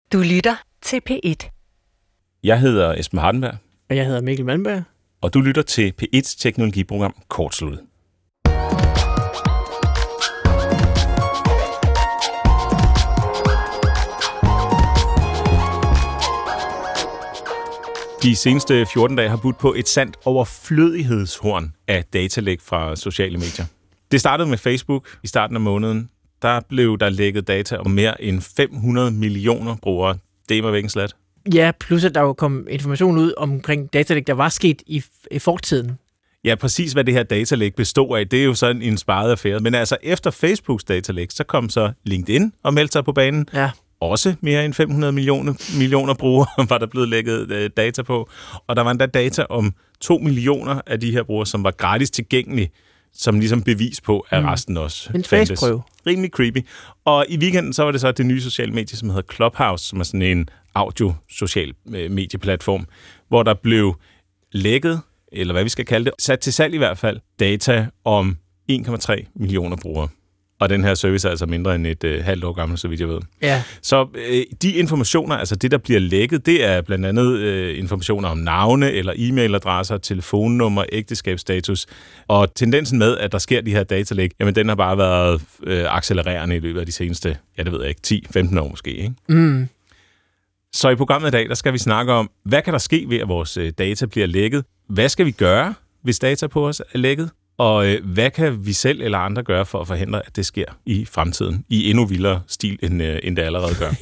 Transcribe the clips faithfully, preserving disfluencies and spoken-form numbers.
Du lytter til P et. Jeg hedder Esben Hardenberg. Og jeg hedder Mikkel Malmberg. Og du lytter til P et's teknologiprogram Kortsluttet. De seneste fjorten dage har budt på et sandt overflødighedshorn af datalæk fra sociale medier. Det startede med Facebook i starten af måneden. Der blev der lækket data om mere end fem hundrede millioner brugere. Det er mig væk en slat. Ja, plus at der jo kom information ud omkring datalæk, der var sket i, i fortiden. Ja, præcis hvad det her datalæk består af, det er jo sådan en sparet affære. Men altså efter Facebooks datalæk, så kom så LinkedIn og meldte sig på banen. Ja. Også mere end fem hundrede millioner, millioner brugere var der blevet lækket øh, data på. Og der var endda data om to millioner af de her brugere, som var gratis tilgængelige, som ligesom bevis på, at resten også en fandtes. faceprøve. Rimelig creepy. Og i weekenden så var det så det nye sociale medie, som hedder Clubhouse, som er sådan en audio-social øh, medieplatform, hvor der blev lækket, eller hvad vi skal kalde det, sat til salg i hvert fald, data om en komma tre millioner brugere. Og den her service er altså mindre end et øh, halvt år gammel, så vidt jeg ved. Ja. Så øh, de informationer, altså det, der bliver lækket, det er blandt andet øh, informationer om navne eller e-mailadresser, telefonnummer, ægteskabsstatus. Og tendensen med, at der sker de her datalæk, jamen den har bare været øh, accelererende i løbet af de seneste, ja det ved jeg ikke, ti til femten år måske, ikke? Mm. Så i programmet i dag, der skal vi snakke om, hvad kan der ske ved, at vores øh, data bliver lækket? Hvad skal vi gøre, hvis data på os er lækket? Og øh, hvad kan vi selv eller andre gøre for at forhindre, at det sker i fremtiden i endnu vildere stil, end, øh, end det allerede gør?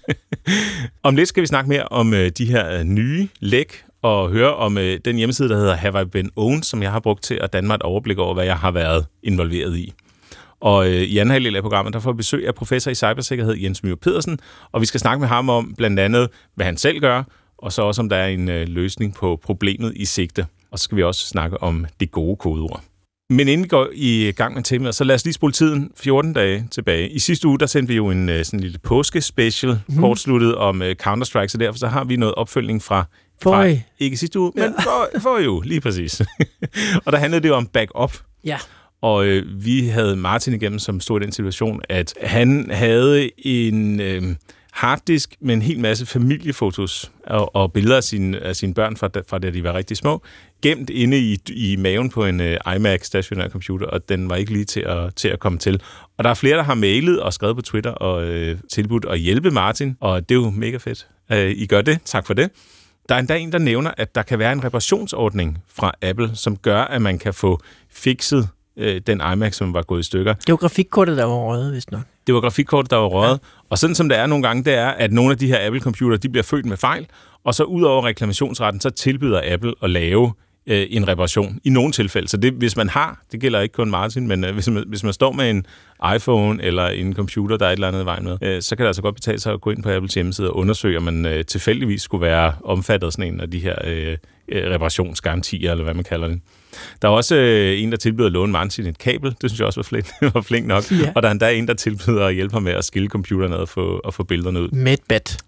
Om lidt skal vi snakke mere om øh, de her øh, nye læk og høre om øh, den hjemmeside, der hedder Have I Been Owned, som jeg har brugt til at danne mig et overblik over, hvad jeg har været involveret i. Og øh, i anden halvdel af programmet, der får vi besøg af professor i cybersikkerhed Jens Myhre Pedersen, og vi skal snakke med ham om blandt andet, hvad han selv gør, og så også om der er en øh, løsning på problemet i sigte. Og så skal vi også snakke om det gode kodeord. Men inden vi går i gang med temaet, så lad os lige spole tiden fjorten dage tilbage. I sidste uge, der sendte vi jo en sådan en lille påske-special, mm. kortsluttet om uh, Counter-Strike, så derfor så har vi noget opfølgning fra, fra ikke sidste uge, men ja. for, for jo, lige præcis. Og der handlede det jo om backup. Ja. Og øh, vi havde Martin igennem, som stod i den situation, at han havde en øh, harddisk med en hel masse familiefotos og, og billeder af sine, af sine børn fra da, fra da de var rigtig små, gemt inde i, i maven på en uh, iMac stationær computer, og den var ikke lige til at, til at komme til. Og der er flere, der har mailet og skrevet på Twitter og øh, tilbudt at hjælpe Martin, og det er jo mega fedt. Uh, I gør det. Tak for det. Der er endda en, der nævner, at der kan være en reparationsordning fra Apple, som gør, at man kan få fikset øh, den iMac, som var gået i stykker. Det var grafikkortet, der var røget, vist nok. Det var grafikkortet, der var røget. Ja. Og sådan som det er nogle gange, det er, at nogle af de her Apple-computere, de bliver født med fejl, og så ud over reklamationsretten, så tilbyder Apple at lave øh, en reparation i nogle tilfælde. Så det, hvis man har, det gælder ikke kun Martin, men øh, hvis, man, hvis man står med en iPhone eller en computer, der er et eller andet vej med, øh, så kan det altså godt betale sig at gå ind på Apples hjemmeside og undersøge, om man øh, tilfældigvis skulle være omfattet af sådan en af de her øh, reparationsgarantier, eller hvad man kalder det. Der er også øh, en, der tilbyder at låne Martin et kabel. Det synes jeg også var flink, var flink nok. Ja. Og der er endda en, der tilbyder at hjælpe ham med at skille computeren ad og få, og få billederne ud. Med et bat.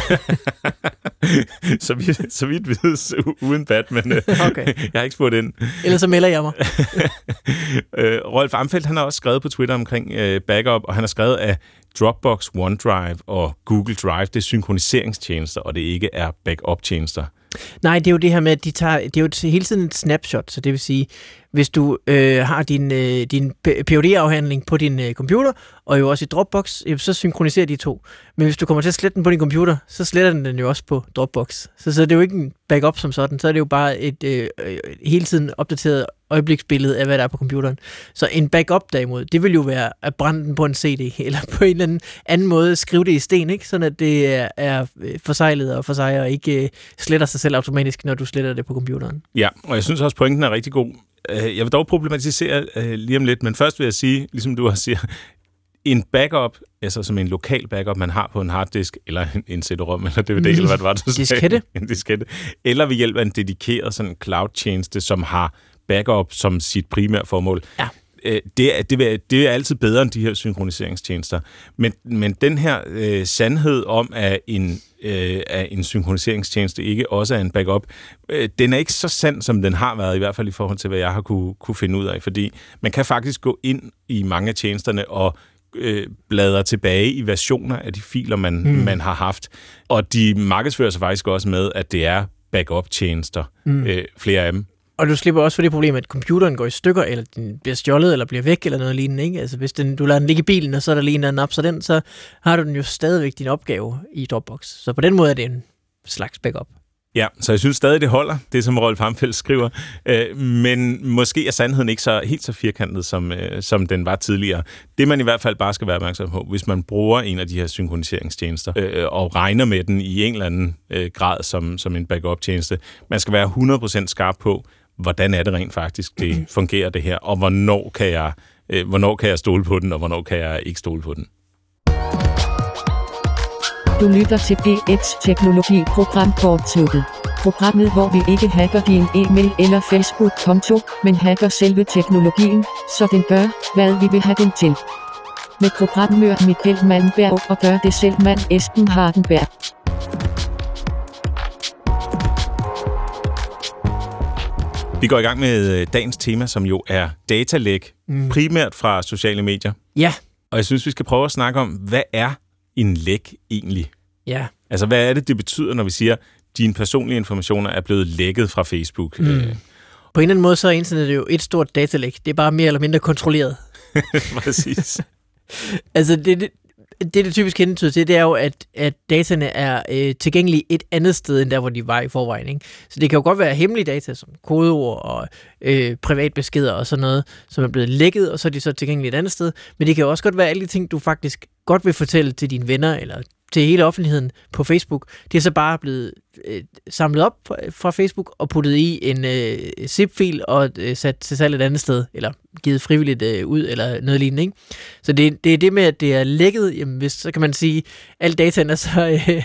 så, vidt, så vidt vides uden bat, men øh, okay. Jeg har ikke spurgt ind. Ellers så melder jeg mig. øh, Rolf Amfeldt, han har også skrevet på Twitter omkring øh, backup, og han har skrevet, at Dropbox, OneDrive og Google Drive, det er synkroniseringstjenester, og det ikke er backup-tjenester. Nej, det er jo det her med, at de tager, det er jo hele tiden et snapshot, så det vil sige, hvis du øh, har din, øh, din P H D-afhandling på din øh, computer, og jo også i Dropbox, øh, så synkroniserer de to. Men hvis du kommer til at slette den på din computer, så sletter den den jo også på Dropbox. Så, så det er jo ikke en backup som sådan, så er det jo bare et øh, øh, hele tiden opdateret øjebliksbillede af, hvad der er på computeren. Så en backup derimod, det vil jo være at brænde den på en C D, eller på en eller anden, anden måde skrive det i sten, ikke? Sådan at det er, er forsejlet og for sig, og ikke øh, sletter sig selv automatisk, når du sletter det på computeren. Ja, og jeg synes også, pointen er rigtig god. Jeg vil dog problematisere uh, lige om lidt, men først vil jeg sige, ligesom du også siger, en backup, altså som en lokal backup, man har på en harddisk, eller en C D-rom, eller D V D, eller hvad det var, du sagde. Diskette. En diskette. Eller ved hjælp af en dedikeret sådan cloud-tjeneste, som har backup som sit primære formål. Ja. Det er, det, er, det er altid bedre end de her synkroniseringstjenester. Men, men den her øh, sandhed om, at en, øh, at en synkroniseringstjeneste ikke også er en backup, øh, den er ikke så sand, som den har været, i hvert fald i forhold til, hvad jeg har kunne, kunne finde ud af. Fordi man kan faktisk gå ind i mange af tjenesterne og øh, bladre tilbage i versioner af de filer, man, mm. man har haft. Og de markedsfører sig faktisk også med, at det er backup-tjenester, mm. øh, flere af dem. Og du slipper også for det problem, at computeren går i stykker, eller den bliver stjålet, eller bliver væk, eller noget lignende, ikke? Altså hvis den, du lader den ligge i bilen, og så er der lige en, der napser den, så har du den jo stadigvæk din opgave i Dropbox. Så på den måde er det en slags backup. Ja, så jeg synes stadig, det holder, det som Rolf Hamfeldt skriver. Øh, men måske er sandheden ikke så helt så firkantet, som, øh, som den var tidligere. Det man i hvert fald bare skal være opmærksom på, hvis man bruger en af de her synkroniseringstjenester, øh, og regner med den i en eller anden øh, grad som, som en backup-tjeneste, man skal være hundrede procent skarp på, hvordan er det rent faktisk, det fungerer det her, og hvornår kan jeg, øh, hvornår kan jeg stole på den, og hvornår kan jeg ikke stole på den. Du lytter til B X Teknologi Programkortsluttet. Programmet, hvor vi ikke hacker din e-mail eller Facebook-konto, men hacker selve teknologien, så den gør, hvad vi vil have den til. Med programmør Michael Malmberg og gør det selv mand Esben Hardenberg. Vi går i gang med dagens tema, som jo er datalæk, mm. primært fra sociale medier. Ja. Og jeg synes, vi skal prøve at snakke om, hvad er en læk egentlig? Ja. Altså, hvad er det, det betyder, når vi siger, at dine personlige informationer er blevet lækket fra Facebook? Mm. På en eller anden måde, så er internettet jo et stort datalæk. Det er bare mere eller mindre kontrolleret. Præcis. altså, det, det, det, det typisk hentyder til, det er jo, at, at dataene er øh, tilgængelige et andet sted, end der, hvor de var i forvejen. Ikke? Så det kan jo godt være hemmelige data, som kodeord og øh, privatbeskeder og sådan noget, som er blevet lækket, og så er de så tilgængelige et andet sted. Men det kan jo også godt være alle de ting, du faktisk godt vil fortælle til dine venner, eller til hele offentligheden på Facebook. Det er så bare blevet øh, samlet op fra Facebook og puttet i en øh, zip-fil og øh, sat til salg et andet sted, eller givet frivilligt øh, ud, eller noget lignende. Ikke? Så det, det er det med, at det er lækket. Jamen, hvis, så kan man sige, at al dataen er så øh,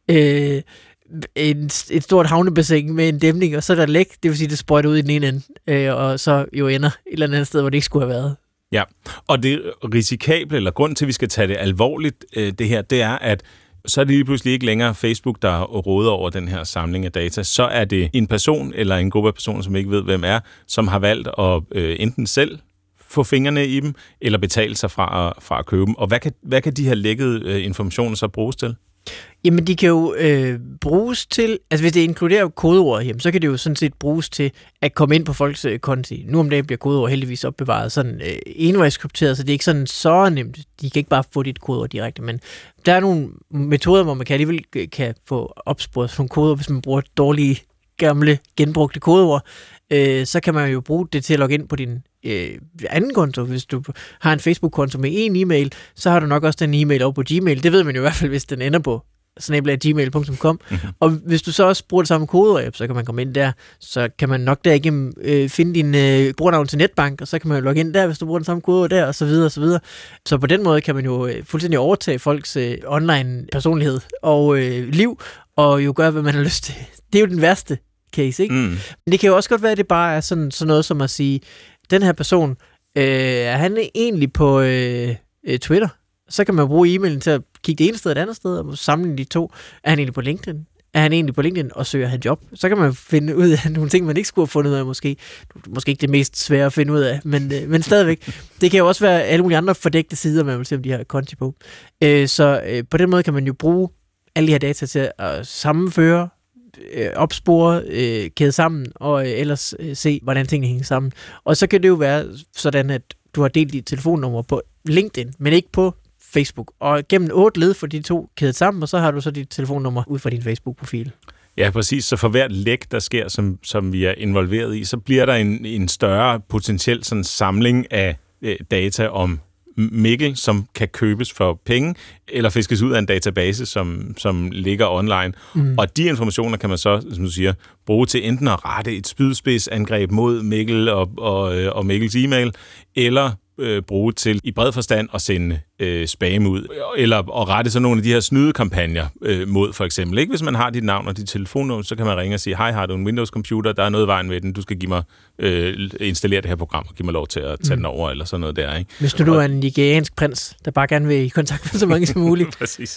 øh, en, et stort havnebassin med en dæmning, og så er der læk, det vil sige, at det sprøjter ud i den ene ende, øh, og så jo ender et eller andet sted, hvor det ikke skulle have været. Ja, og det risikable, eller grund til, at vi skal tage det alvorligt, det her, det er, at så er det lige pludselig ikke længere Facebook, der råder over den her samling af data. Så er det en person eller en gruppe af personer, som ikke ved, hvem er, som har valgt at øh, enten selv få fingrene i dem, eller betale sig fra, fra at købe dem. Og hvad kan, hvad kan de her lækkede øh, informationer så bruges til? Jamen, de kan jo øh, bruges til, altså hvis det inkluderer kodeord, jamen, så kan det jo sådan set bruges til at komme ind på folks øh, konti. Nu om dagen bliver kodeord heldigvis opbevaret sådan øh, envejskrypteret, så det er ikke sådan så nemt. De kan ikke bare få dit kodeord direkte, men der er nogle metoder, hvor man kan alligevel kan få opsporet nogle kodeord, hvis man bruger dårlige, gamle, genbrugte kodeord. Øh, så kan man jo bruge det til at logge ind på din øh, anden konto. Hvis du har en Facebook-konto med en e-mail, så har du nok også den e-mail over på Gmail. Det ved man jo i hvert fald, hvis den ender på snabel-a gmail punktum com. Mm-hmm. Og hvis du så også bruger det samme kodeord, så kan man komme ind der. Så kan man nok derigennem øh, finde din øh, brugernavn til netbank, og så kan man jo logge ind der, hvis du bruger den samme kodeord der, og så videre, og så videre. Så på den måde kan man jo øh, fuldstændig overtage folks øh, online personlighed og øh, liv, og jo gøre, hvad man har lyst til. Det er jo den værste case, ikke? Mm. Men det kan jo også godt være, at det bare er sådan, sådan noget som at sige, den her person, øh, er han egentlig på øh, Twitter? Så kan man bruge e-mailen til at kigge det ene sted og det andet sted, og sammenligne de to. Er han egentlig på LinkedIn? Er han egentlig på LinkedIn og søger han job? Så kan man finde ud af nogle ting, man ikke skulle have fundet ud af måske. Måske ikke det mest svære at finde ud af, men, øh, men stadigvæk. Det kan jo også være alle mulige andre fordækte sider, man vil se, om de har konti på. Øh, så øh, på den måde kan man jo bruge alle de her data til at sammenføre, øh, opspore, øh, kæde sammen, og øh, ellers øh, se, hvordan tingene hænger sammen. Og så kan det jo være sådan, at du har delt dit telefonnummer på LinkedIn, men ikke på Facebook. Og gennem otte led for de to kædet sammen, og så har du så dit telefonnummer ud fra din Facebook-profil. Ja, præcis. Så for hvert læk, der sker, som, som vi er involveret i, så bliver der en, en større potentiel sådan samling af øh, data om Mikkel, som kan købes for penge, eller fiskes ud af en database, som, som ligger online. Mm. Og de informationer kan man så, som du siger, bruge til enten at rette et spydspidsangreb mod Mikkel og, og, og Mikkels e-mail, eller øh, bruge til i bred forstand at sende øh, spam ud, eller at rette sådan nogle af de her snydekampagner øh, mod, for eksempel. Ikke? Hvis man har dit navn og dit telefonnummer, så kan man ringe og sige, hej, har du en Windows-computer, der er noget i vejen med den, du skal give mig, øh, installere det her program og give mig lov til at tage mm. den over, eller sådan noget der. Ikke? Hvis du, du er en nigeriansk prins, der bare gerne vil i kontakt med så mange som muligt, præcis.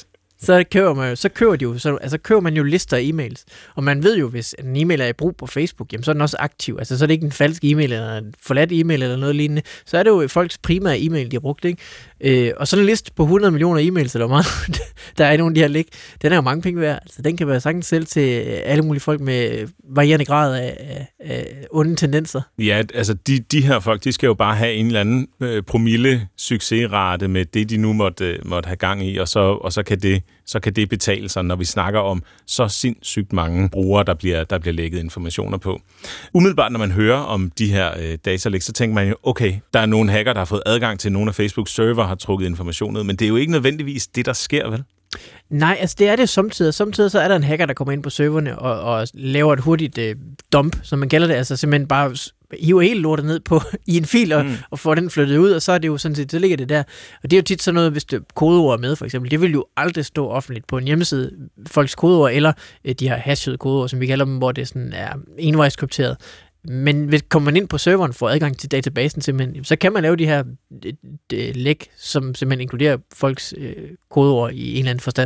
så køber man jo, så køber de jo, så, altså køber man jo lister af e-mails. Og man ved jo, hvis en e-mail er i brug på Facebook, jamen så er den også aktiv. Altså så er det ikke en falsk e-mail eller en forladt e-mail eller noget lignende. Så er det jo folks primære e-mail, de har brugt, ikke? Øh, og sådan en liste på hundrede millioner e-mails, eller meget, der er i nogle af de her lig, den er jo mange penge værd. Altså den kan være sagtens selv til alle mulige folk med varierende grad af, af, af onde tendenser. Ja, altså de, de her folk, de skal jo bare have en eller anden øh, promille succesrate med det, de nu måtte, måtte have gang i, og så, og så kan det så kan det betale sig, når vi snakker om så sindssygt mange brugere, der bliver, der bliver lækket informationer på. Umiddelbart, når man hører om de her øh, datalæk, så tænker man jo, okay, der er nogle hacker, der har fået adgang til nogle af Facebooks server, har trukket information ud, men det er jo ikke nødvendigvis det, der sker, vel? Nej, altså det er det samtidig. Samtidig så er der en hacker, der kommer ind på serverne og, og laver et hurtigt øh, dump, som man kalder det, altså simpelthen bare hiver helt lortet ned på i en fil og, mm. og får den flyttet ud, og så er det jo sådan set, så ligger det der. Og det er jo tit sådan noget, hvis det kodeord er med, for eksempel. Det vil jo aldrig stå offentligt på en hjemmeside, folks kodeord, eller øh, de her hashede kodeord, som vi kalder dem, hvor det sådan er envejskrypteret. Men hvis kommer man ind på serveren for adgang til databasen simpelthen, så kan man lave de her læk, som simpelthen inkluderer folks øh, kodeord i en eller anden forstand.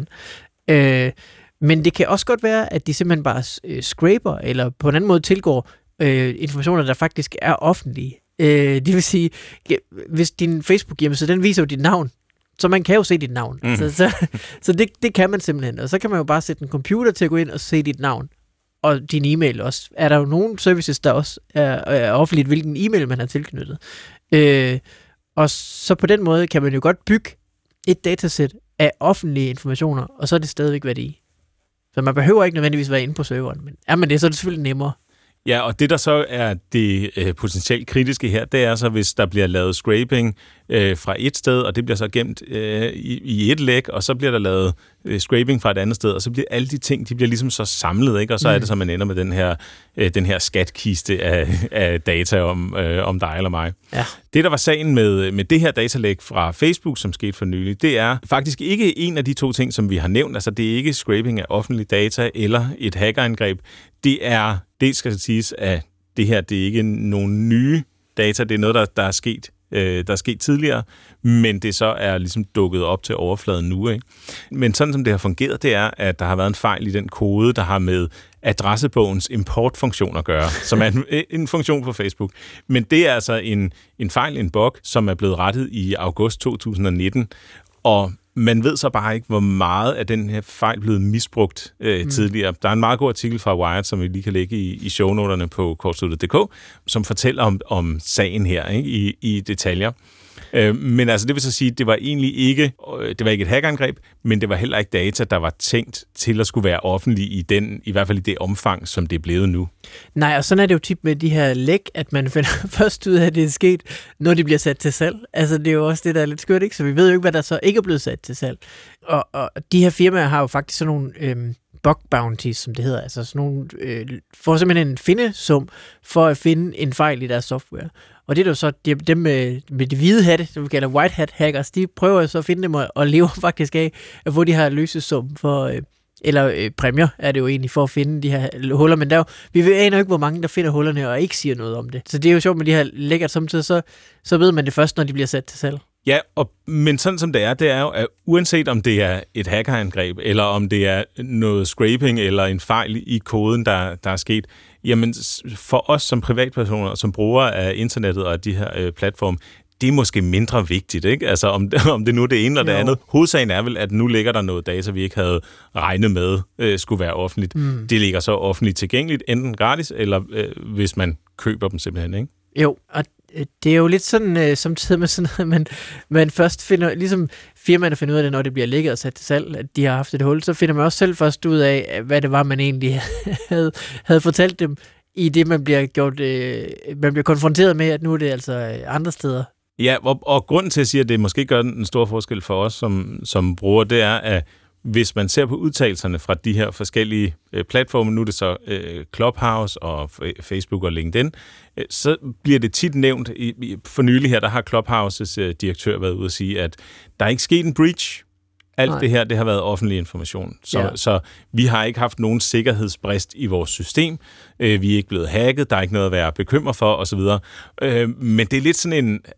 Øh, men det kan også godt være, at de simpelthen bare øh, scraper, eller på en anden måde tilgår øh, informationer, der faktisk er offentlige. Øh, det vil sige, hvis din Facebook-hjemmeside, den viser jo dit navn, så man kan jo se dit navn. Mm. Så, så, så det, det kan man simpelthen. Og så kan man jo bare sætte en computer til at gå ind og se dit navn. Og din e-mail også. Er der jo nogle services, der også er, er offentligt, hvilken e-mail man har tilknyttet. Øh, og så på den måde kan man jo godt bygge et datasæt af offentlige informationer, og så er det stadigvæk værdi. Så man behøver ikke nødvendigvis være inde på serveren, men er man det, så er det selvfølgelig nemmere. Ja, og det der så er det øh, potentielt kritiske her, det er så, hvis der bliver lavet scraping øh, fra et sted, og det bliver så gemt øh, i, i et læk, og så bliver der lavet øh, scraping fra et andet sted, og så bliver alle de ting, de bliver ligesom så samlet, ikke? Og så mm. er det så, man ender med den her, øh, den her skatkiste af, af data om, øh, om dig eller mig. Ja. Det, der var sagen med, med det her datalæk fra Facebook, som skete for nylig, det er faktisk ikke en af de to ting, som vi har nævnt. Altså, det er ikke scraping af offentlige data eller et hackerangreb. Det er, det skal siges, at det her, det er ikke nogen nye data. Det er noget, der, der er sket øh, der er sket tidligere, men det så er ligesom dukket op til overfladen nu, ikke? Men sådan som det har fungeret, det er, at der har været en fejl i den kode, der har med adressebogens importfunktion at gøre, som er en, en funktion på Facebook. Men det er altså en, en fejl, en bug, som er blevet rettet i august to tusind nitten, og man ved så bare ikke, hvor meget af den her fejl blevet misbrugt øh, mm. tidligere. Der er en meget god artikel fra Wired, som vi lige kan lægge i, i shownoterne på kortsluttet punktum d k, som fortæller om, om sagen her, ikke, i, i detaljer. Øh, men altså, det vil så sige, det var egentlig ikke, øh, det var ikke et hackerangreb, men det var heller ikke data, der var tænkt til at skulle være offentlige i den, i hvert fald i det omfang, som det er blevet nu. Nej, og sådan er det jo tit med de her læk, at man finder først ud af, at det er sket, når de bliver sat til salg. Altså, det er jo også det, der er lidt skørt, ikke? Så vi ved jo ikke, hvad der så ikke er blevet sat til salg. Og, og de her firmaer har jo faktisk sådan nogle øhm, bug bounties, som det hedder. Altså sådan nogle, øh, får simpelthen en findesum for at finde en fejl i deres software. Og det er jo så dem med, med de hvide hatte, som vi kalder white hat hackers, de prøver så at finde dem og, og lever faktisk af at få de her løsesum for, øh, eller øh, præmier er det jo egentlig for at finde de her huller, men der er jo, vi ved aner jo ikke, hvor mange der finder hullerne og ikke siger noget om det. Så det er jo sjovt med de her lækkert samtidig, så, så ved man det først, når de bliver sat til salg. Ja, og, men sådan som det er, det er jo, at uanset om det er et hackerangreb, eller om det er noget scraping, eller en fejl i koden, der, der er sket, jamen for os som privatpersoner, som brugere af internettet og af de her øh, platforme, det er måske mindre vigtigt, ikke? Altså om, om det nu er det ene eller det jo. andet. Hovedsagen er vel, at nu ligger der noget data, vi ikke havde regnet med, øh, skulle være offentligt. Mm. Det ligger så offentligt tilgængeligt, enten gratis, eller øh, hvis man køber dem simpelthen, ikke? Jo, og det er jo lidt sådan, øh, samtidig med sådan noget, man, man først finder, ligesom firmaerne finder ud af det, når det bliver lækket og sat til salg, at de har haft et hul, så finder man også selv først ud af, hvad det var, man egentlig havde, havde fortalt dem, i det, man bliver, gjort, øh, man bliver konfronteret med, at nu er det altså andre steder. Ja, og, og grunden til at sige, at det måske gør en stor forskel for os som, som brugere, det er, at hvis man ser på udtalelserne fra de her forskellige øh, platforme, nu er det så øh, Clubhouse og Facebook og LinkedIn, øh, så bliver det tit nævnt, i, i, for nylig her, der har Clubhouses øh, direktør været ude at sige, at der er ikke sket en breach. Alt Nej. det her, det har været offentlig information. Så, ja. så vi har ikke haft nogen sikkerhedsbrist i vores system. Øh, vi er ikke blevet hacket, der er ikke noget at være bekymret for, osv. Øh, men det er lidt sådan en, altså,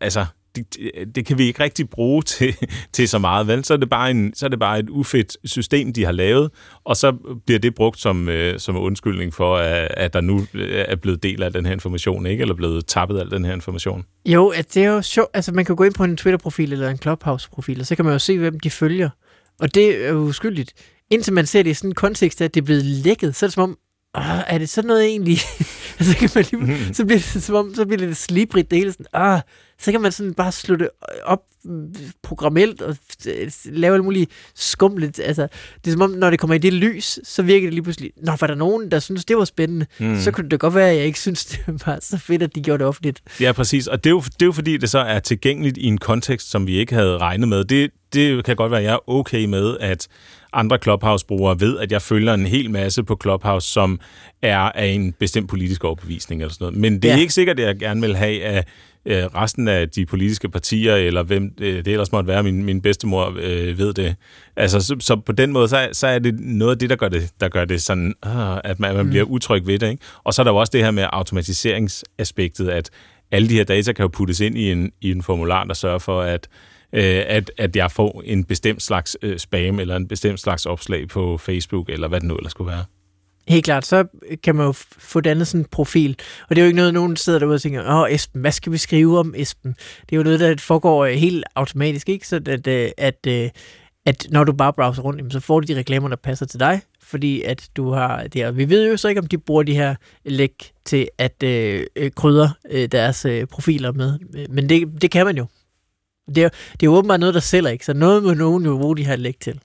det, det kan vi ikke rigtig bruge til, til så meget, vel? Så er, det bare en, så er det bare et ufedt system, de har lavet, og så bliver det brugt som, øh, som undskyldning for, at, at der nu er blevet del af den her information, ikke? Eller blevet tappet af den her information. Jo, at det er jo sjovt. Altså, man kan gå ind på en Twitter-profil eller en Clubhouse-profil, og så kan man jo se, hvem de følger. Og det er jo uskyldigt. Indtil man ser det i sådan en kontekst, at det er blevet lækket, så er det som om, åh, er det sådan noget egentlig? så, kan man lige, mm. så, bliver det, som om, så bliver det lidt slibrigt det hele. Sådan, ah, så kan man sådan bare slå det op programmelt og lave alt muligt skumligt. Altså, det er som om, når det kommer i det lys, så virker det lige pludselig, nå, var der nogen, der synes det var spændende, mm. så kunne det godt være, at jeg ikke synes, det var så fedt, at de gjorde det offentligt. Ja, præcis. Og det er jo, det er jo fordi, det så er tilgængeligt i en kontekst, som vi ikke havde regnet med. Det, det kan godt være, at jeg er okay med, at andre Clubhouse-brugere ved, at jeg følger en hel masse på Clubhouse, som er af en bestemt politisk overbevisning eller sådan noget. Men det er ja. ikke sikkert, at jeg gerne vil have, at øh, resten af de politiske partier, eller hvem øh, det ellers måtte være, min, min bedstemor øh, ved det. Altså, så, så på den måde, så, så er det noget af det, der gør det, der gør det sådan, øh, at man, man bliver utryg ved det. Ikke? Og så er der jo også det her med automatiseringsaspektet, at alle de her data kan jo puttes ind i en, i en formular, der sørger for, at At, at jeg får en bestemt slags øh, spam eller en bestemt slags opslag på Facebook, eller hvad det nu ellers skulle være. Helt klart, så kan man jo få dannet sådan en profil. Og det er jo ikke noget, nogen sidder derude og tænker, åh Esben, hvad skal vi skrive om Esben? Det er jo noget, der foregår helt automatisk, ikke? Så at, at, at, at når du bare browser rundt, så får du de reklamer, der passer til dig, fordi at du har det her. Vi ved jo så ikke, om de bruger de her læk til at øh, krydre øh, deres øh, profiler med, men det, det kan man jo. Det er, det er jo åbenbart noget, der sælger, ikke? Så noget må nogen jo bruge de her læk til.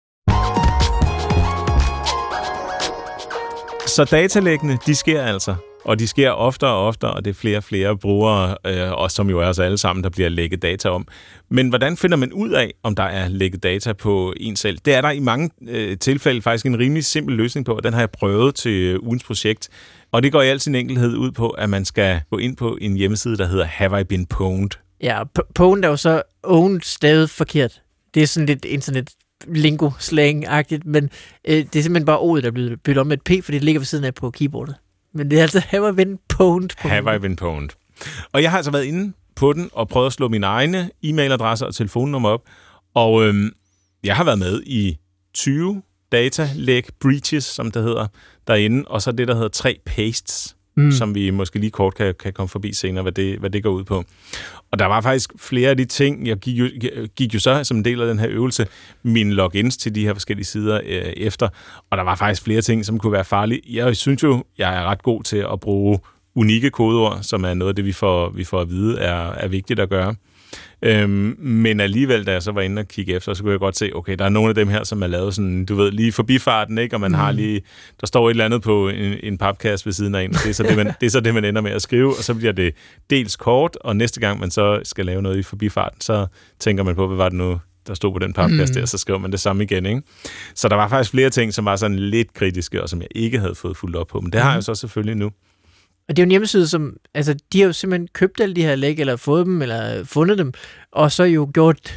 Så datalækkene, de sker altså. Og de sker oftere og oftere, og det er flere og flere brugere, øh, og som jo er os alle sammen, der bliver lækket data om. Men hvordan finder man ud af, om der er lækket data på en selv? Det er der i mange øh, tilfælde faktisk en rimelig simpel løsning på, og den har jeg prøvet til ugens projekt. Og det går i al sin enkelhed ud på, at man skal gå ind på en hjemmeside, der hedder Have I Been Pwned? Ja, pwned er jo så owned stavet forkert. Det er sådan lidt internet lingo-slang-agtigt, men øh, det er simpelthen bare ordet, der er blevet byttet om med et P, fordi det ligger ved siden af på keyboardet. Men det er altså Have I Been Pwned. Have I Been Pwned. Og jeg har altså været inde på den og prøvet at slå mine egne e-mailadresser og telefonnummer op, og øhm, jeg har været med i tyve data-læk breaches, som det hedder, derinde, og så det, der hedder tre pastes, mm. som vi måske lige kort kan, kan komme forbi senere, hvad det, hvad det går ud på. Og der var faktisk flere af de ting, jeg gik jo, gik jo så som en del af den her øvelse, mine logins til de her forskellige sider øh, efter, og der var faktisk flere ting, som kunne være farlige. Jeg synes jo, jeg er ret god til at bruge unikke kodeord, som er noget af det, vi får, vi får at vide, er, er vigtigt at gøre. Øhm, men alligevel, da jeg så var inde og kigge efter, så kunne jeg godt se, okay, der er nogle af dem her, som er lavet sådan, du ved, lige forbifarten, ikke? Og man mm. har lige, der står et eller andet på en, en papkasse ved siden af en, det er, så det, man, det er så det, man ender med at skrive, og så bliver det dels kort, og næste gang man så skal lave noget i forbifarten, så tænker man på, hvad var det nu, der stod på den papkasse mm. der, så skriver man det samme igen, ikke? Så der var faktisk flere ting, som var sådan lidt kritiske, og som jeg ikke havde fået fuldt op på, men det har mm. jeg så selvfølgelig nu. Og det er jo en hjemmeside, som, altså, de har jo simpelthen købt alle de her læk, eller fået dem, eller fundet dem, og så jo gjort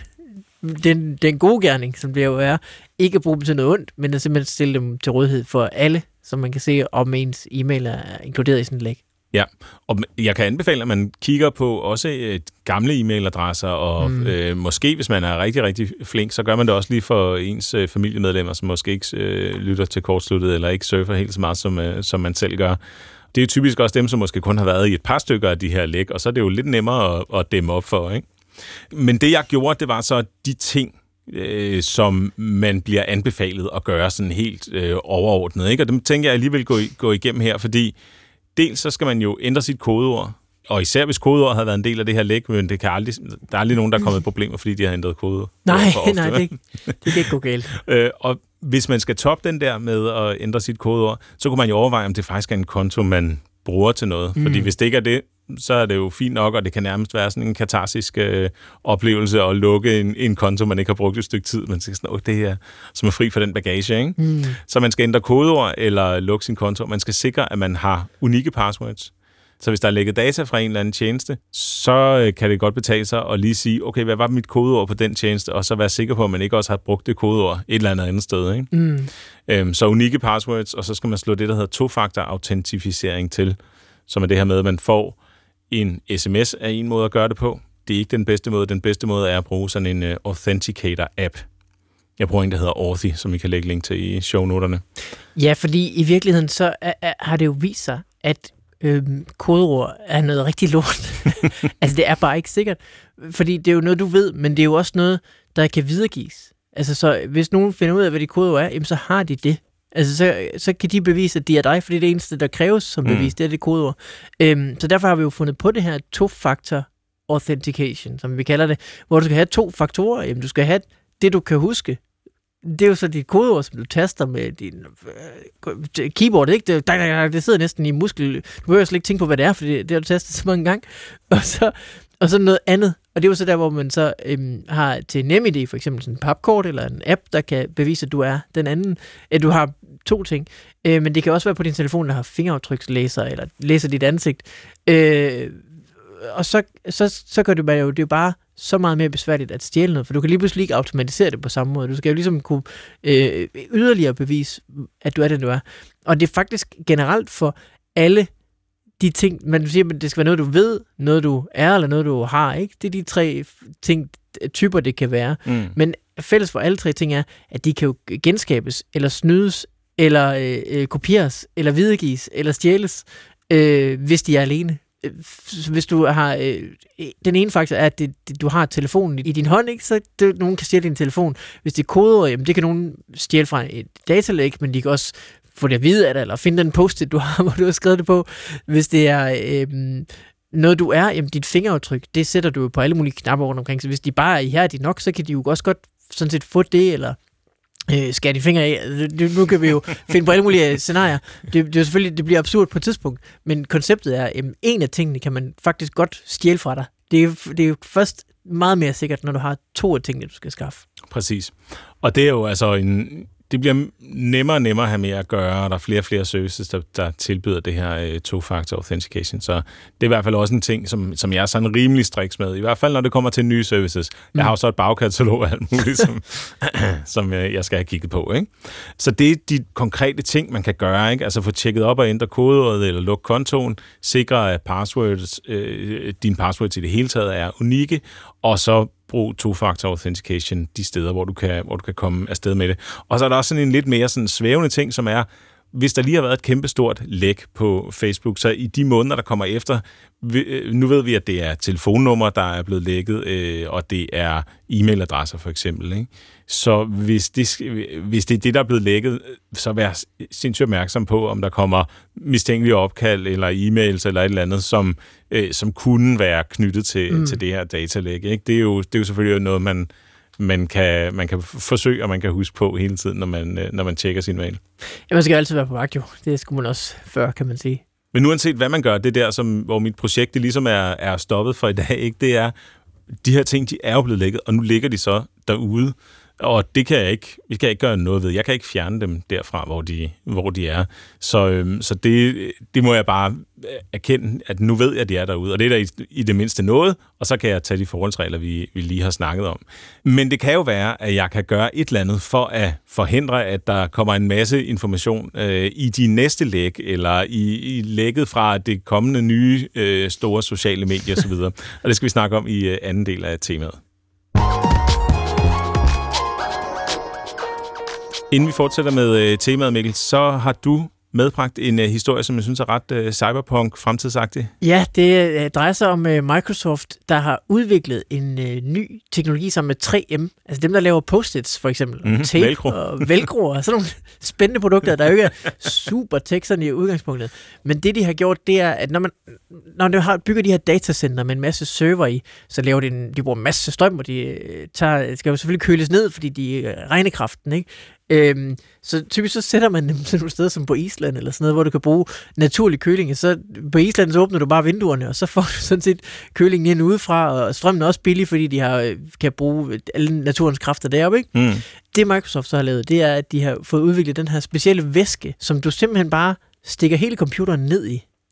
den, den gode gerning, som det jo er, ikke at bruge dem til noget ondt, men at simpelthen stille dem til rådighed for alle, så man kan se, om ens e-mail er inkluderet i sådan et læk. Ja, og jeg kan anbefale, at man kigger på også et gamle e-mailadresser, og mm. øh, måske, hvis man er rigtig, rigtig flink, så gør man det også lige for ens øh, familiemedlemmer, som måske ikke øh, lytter til kortsluttet, eller ikke surfer helt så meget, som, øh, som man selv gør. Det er typisk også dem, som måske kun har været i et par stykker af de her læk, og så er det jo lidt nemmere at, at dæmme op for, ikke? Men det, jeg gjorde, det var så de ting, øh, som man bliver anbefalet at gøre sådan helt øh, overordnet, ikke? Og dem tænker jeg alligevel gå, gå igennem her, fordi dels så skal man jo ændre sit kodeord, og især hvis kodeord havde været en del af det her læk, men det kan aldrig, der er aldrig nogen, der er kommet problemer, fordi de har ændret kodeord. Nej, nej, det, det kan ikke gå galt. øh, og hvis man skal toppe den der med at ændre sit kodeord, så kunne man jo overveje, om det faktisk er en konto, man bruger til noget. Mm. Fordi hvis det ikke er det, så er det jo fint nok, og det kan nærmest være sådan en katarsisk øh, oplevelse at lukke en, en konto, man ikke har brugt et stykke tid. Man siger sådan, åh, det her, som er fri for den bagage, ikke? Mm. Så man skal ændre kodeord eller lukke sin konto. Man skal sikre, at man har unikke passwords. Så hvis der er lækket data fra en eller anden tjeneste, så kan det godt betale sig at lige sige, okay, hvad var mit kodeord på den tjeneste, og så være sikker på, at man ikke også har brugt det kodeord et eller andet andet sted, ikke? Mm. Øhm, så unikke passwords, og så skal man slå det, der hedder tofaktor-autentificering til, som er det her med, at man får en sms af en måde at gøre det på, det er ikke den bedste måde. Den bedste måde er at bruge sådan en uh, Authenticator-app. Jeg bruger en, der hedder Authy, som I kan lægge link til i shownoterne. Ja, fordi i virkeligheden så er, er, har det jo vist sig, at øhm, kodeord er noget rigtig lort. Altså, det er bare ikke sikkert. Fordi det er jo noget, du ved, men det er jo også noget, der kan videregives. Altså, så hvis nogen finder ud af, hvad de kodeord er, jamen, så har de det. Altså, så, så kan de bevise, at de er dig, fordi det eneste, der kræves som bevis, mm. det er det kodeord. Øhm, så derfor har vi jo fundet på det her to-factor authentication, som vi kalder det, hvor du skal have to faktorer. Jamen, du skal have det, du kan huske. Det er jo så dit kodeord, som du taster med din øh, keyboard, ikke? Det, det sidder næsten i muskel. Du behøver slet ikke tænke på, hvad det er, for det, det har du tastet så mange gange. Og så, og så noget andet. Og det er jo så der, hvor man så øhm, har til NemID for eksempel sådan en papkort eller en app, der kan bevise, at du er den anden. At du har to ting. Øh, men det kan også være på din telefon, der har fingeraftrykslæser eller læser dit ansigt. Øh, og så, så, så gør det jo, det er jo bare så meget mere besværligt at stjæle noget, for du kan lige pludselig ikke automatisere det på samme måde. Du skal jo ligesom kunne øh, yderligere bevise, at du er den, du er. Og det er faktisk generelt for alle de ting, man siger, at det skal være noget, du ved, noget, du er, eller noget, du har, ikke? Det er de tre ting, typer, det kan være. Mm. Men fælles for alle tre ting er, at de kan jo genskabes, eller snydes, eller øh, kopieres, eller videregives, eller stjæles, øh, hvis de er alene. Hvis du har øh, den ene faktor er, at det, det, du har telefonen i din hånd, ikke? Så det, nogen kan stjæle din telefon. Hvis det er kodeord, jamen det kan nogen stjæle fra et datalæg, men de kan også få det at vide af dig, eller finde den post-it, du har, hvor du har skrevet det på. Hvis det er øh, noget, du er, jamen dit fingeraftryk, det sætter du jo på alle mulige knapper rundt omkring. Så hvis de bare er ihærdige nok, så kan de jo også godt sådan set få det, eller Øh, skære de fingre af. Nu kan vi jo finde på alle mulige scenarier. Det, det er jo selvfølgelig, det bliver absurd på et tidspunkt, men konceptet er, at en af tingene kan man faktisk godt stjæle fra dig. Det er, det er jo først meget mere sikkert, når du har to af tingene, du skal skaffe. Præcis. Og det er jo altså en... Det bliver nemmere og nemmere at have med at gøre, og der er flere og flere services, der, der tilbyder det her uh, to-factor authentication. Så det er i hvert fald også en ting, som, som jeg er sådan rimelig striks med. I hvert fald, når det kommer til nye services. Mm. Jeg har jo så et bagkatalog af alt muligt, som, som jeg skal have kigget på. Ikke? Så det er de konkrete ting, man kan gøre. Ikke? Altså få tjekket op og ændre kodeordet, eller lukke kontoen, sikre, at passwords, øh, dine passwords i det hele taget er unikke, og så brug to-factor authentication de steder, hvor du kan, hvor du kan komme afsted med det. Og så er der også sådan en lidt mere sådan svævende ting, som er, hvis der lige har været et kæmpestort læk på Facebook, så i de måneder, der kommer efter, nu ved vi, at det er telefonnummer, der er blevet lækket, og det er e-mailadresser for eksempel. Ikke? Så hvis det, hvis det er det, der er blevet lækket, så vær sindssygt opmærksom på, om der kommer mistænkelige opkald eller e-mails eller et eller andet, som, som kunne være knyttet til, mm. til det her datalæk. Ikke? Det er jo, det er jo selvfølgelig noget, man man kan, man kan forsøge, og man kan huske på hele tiden, når man, når man tjekker sin mail. Ja, man skal altid være på vagt, jo. Det skulle man også før, kan man sige. Men uanset hvad man gør, det der, som, hvor mit projekt det ligesom er, er stoppet for i dag, ikke, det er, de her ting, de er jo blevet lækket, og nu ligger de så derude, og det kan jeg ikke, jeg kan ikke gøre noget ved. Jeg kan ikke fjerne dem derfra, hvor de, hvor de er. Så, øhm, så det, det må jeg bare erkende, at nu ved jeg, at de er derude, og det er der i, i det mindste noget, og så kan jeg tage de forholdsregler, vi, vi lige har snakket om. Men det kan jo være, at jeg kan gøre et eller andet for at forhindre, at der kommer en masse information øh, i de næste læk, eller i, i lækket fra det kommende nye øh, store sociale medier osv. Og det skal vi snakke om i øh, anden del af temaet. Inden vi fortsætter med øh, temaet, Mikkel, så har du medbragt en øh, historie, som jeg synes er ret øh, cyberpunk-fremtidsagtig. Ja, det øh, drejer sig om øh, Microsoft, der har udviklet en øh, ny teknologi sammen med tre M. Altså dem, der laver post-its, for eksempel. Mm-hmm. Tape Velcro. Og velcro og sådan nogle spændende produkter, der jo ikke er super teksterne i udgangspunktet. Men det, de har gjort, det er, at når man når de har, bygger de her datacenter med en masse server i, så laver de, en, de bruger en masse strøm, og de øh, tager, skal jo selvfølgelig køles ned, fordi de øh, regnekraften, ikke? Øhm, så typisk så sætter man dem sådan nogle steder som på Island eller sådan noget, hvor du kan bruge naturlig køling. Så på Island så åbner du bare vinduerne, og så får du sådan set kølingen ind udefra, og strømmen er også billig, fordi de har, kan bruge alle naturens kræfter deroppe, ikke? Mm. Det Microsoft så har lavet, det er, at de har fået udviklet den her specielle væske, som du simpelthen bare stikker hele computeren ned i.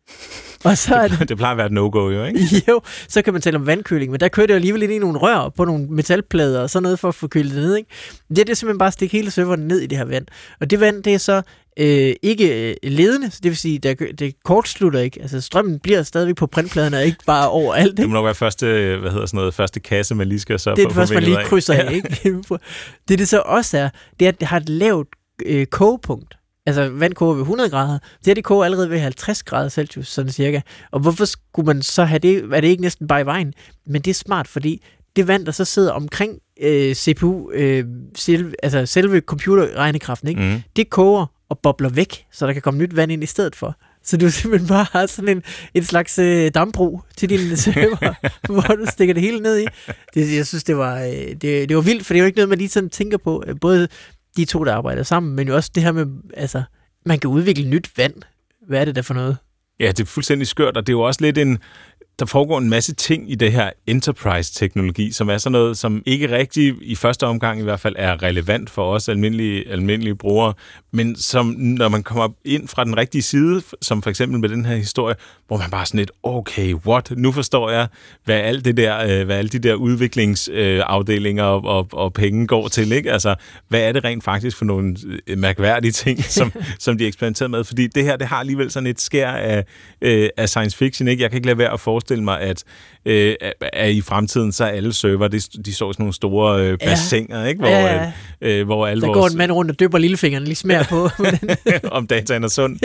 Og så er det, det plejer at være et no-go, jo, ikke? Jo, så kan man tale om vandkøling, men der kører det jo alligevel ind i nogle rør på nogle metalplader og sådan noget for at få kølet det ned, ikke? Det er det simpelthen bare at stikke hele serveren ned i det her vand. Og det vand, det er så øh, ikke øh, ledende, så det vil sige, det, det kortslutter ikke. Altså strømmen bliver stadigvæk på printpladerne og ikke bare overalt, ikke? Det må nok være første, hvad hedder sådan noget, første kasse, man lige skal sørge det er for det første, man lige af. krydser af, ikke? Det det så også er, det er, at det har et lavt øh, kogepunkt. Altså vand koger ved hundrede grader. Det her, det koger allerede ved halvtreds grader Celsius, sådan cirka. Og hvorfor skulle man så have det? Er det ikke næsten bare i vejen? Men det er smart, fordi det vand, der så sidder omkring øh, C P U, øh, selve, altså selve computerregnekraften, ikke? Mm. Det koger og bobler væk, så der kan komme nyt vand ind i stedet for. Så du simpelthen bare har sådan en, en slags øh, dampbro til din server, hvor du stikker det hele ned i. Det, jeg synes, det var, øh, det, det var vildt, for det er jo ikke noget, man lige sådan tænker på. Både de to, der arbejder sammen, men jo også det her med, altså, man kan udvikle nyt vand. Hvad er det der for noget? Ja, det er fuldstændig skørt, og det er jo også lidt en... Der foregår en masse ting i det her enterprise-teknologi, som er sådan noget, som ikke rigtig i første omgang i hvert fald er relevant for os almindelige, almindelige brugere, men som når man kommer ind fra den rigtige side, som for eksempel med den her historie, hvor man bare sådan lidt, okay, what? Nu forstår jeg, hvad alt det der, hvad alle de der udviklingsafdelinger og, og, og penge går til, ikke? Altså, hvad er det rent faktisk for nogle mærkværdige ting, som, som de eksperimenterer med? Fordi det her, det har alligevel sådan et skær af, af science fiction, ikke? Jeg kan ikke lade være at forestille mig, at, øh, at i fremtiden, så er alle server, de, de så sådan nogle store øh, bassiner, ja. Ikke? Hvor, ja, ja. Øh, hvor alle der vores... går en mand rundt og døber lillefingeren lige smager på. Om dataen er sund.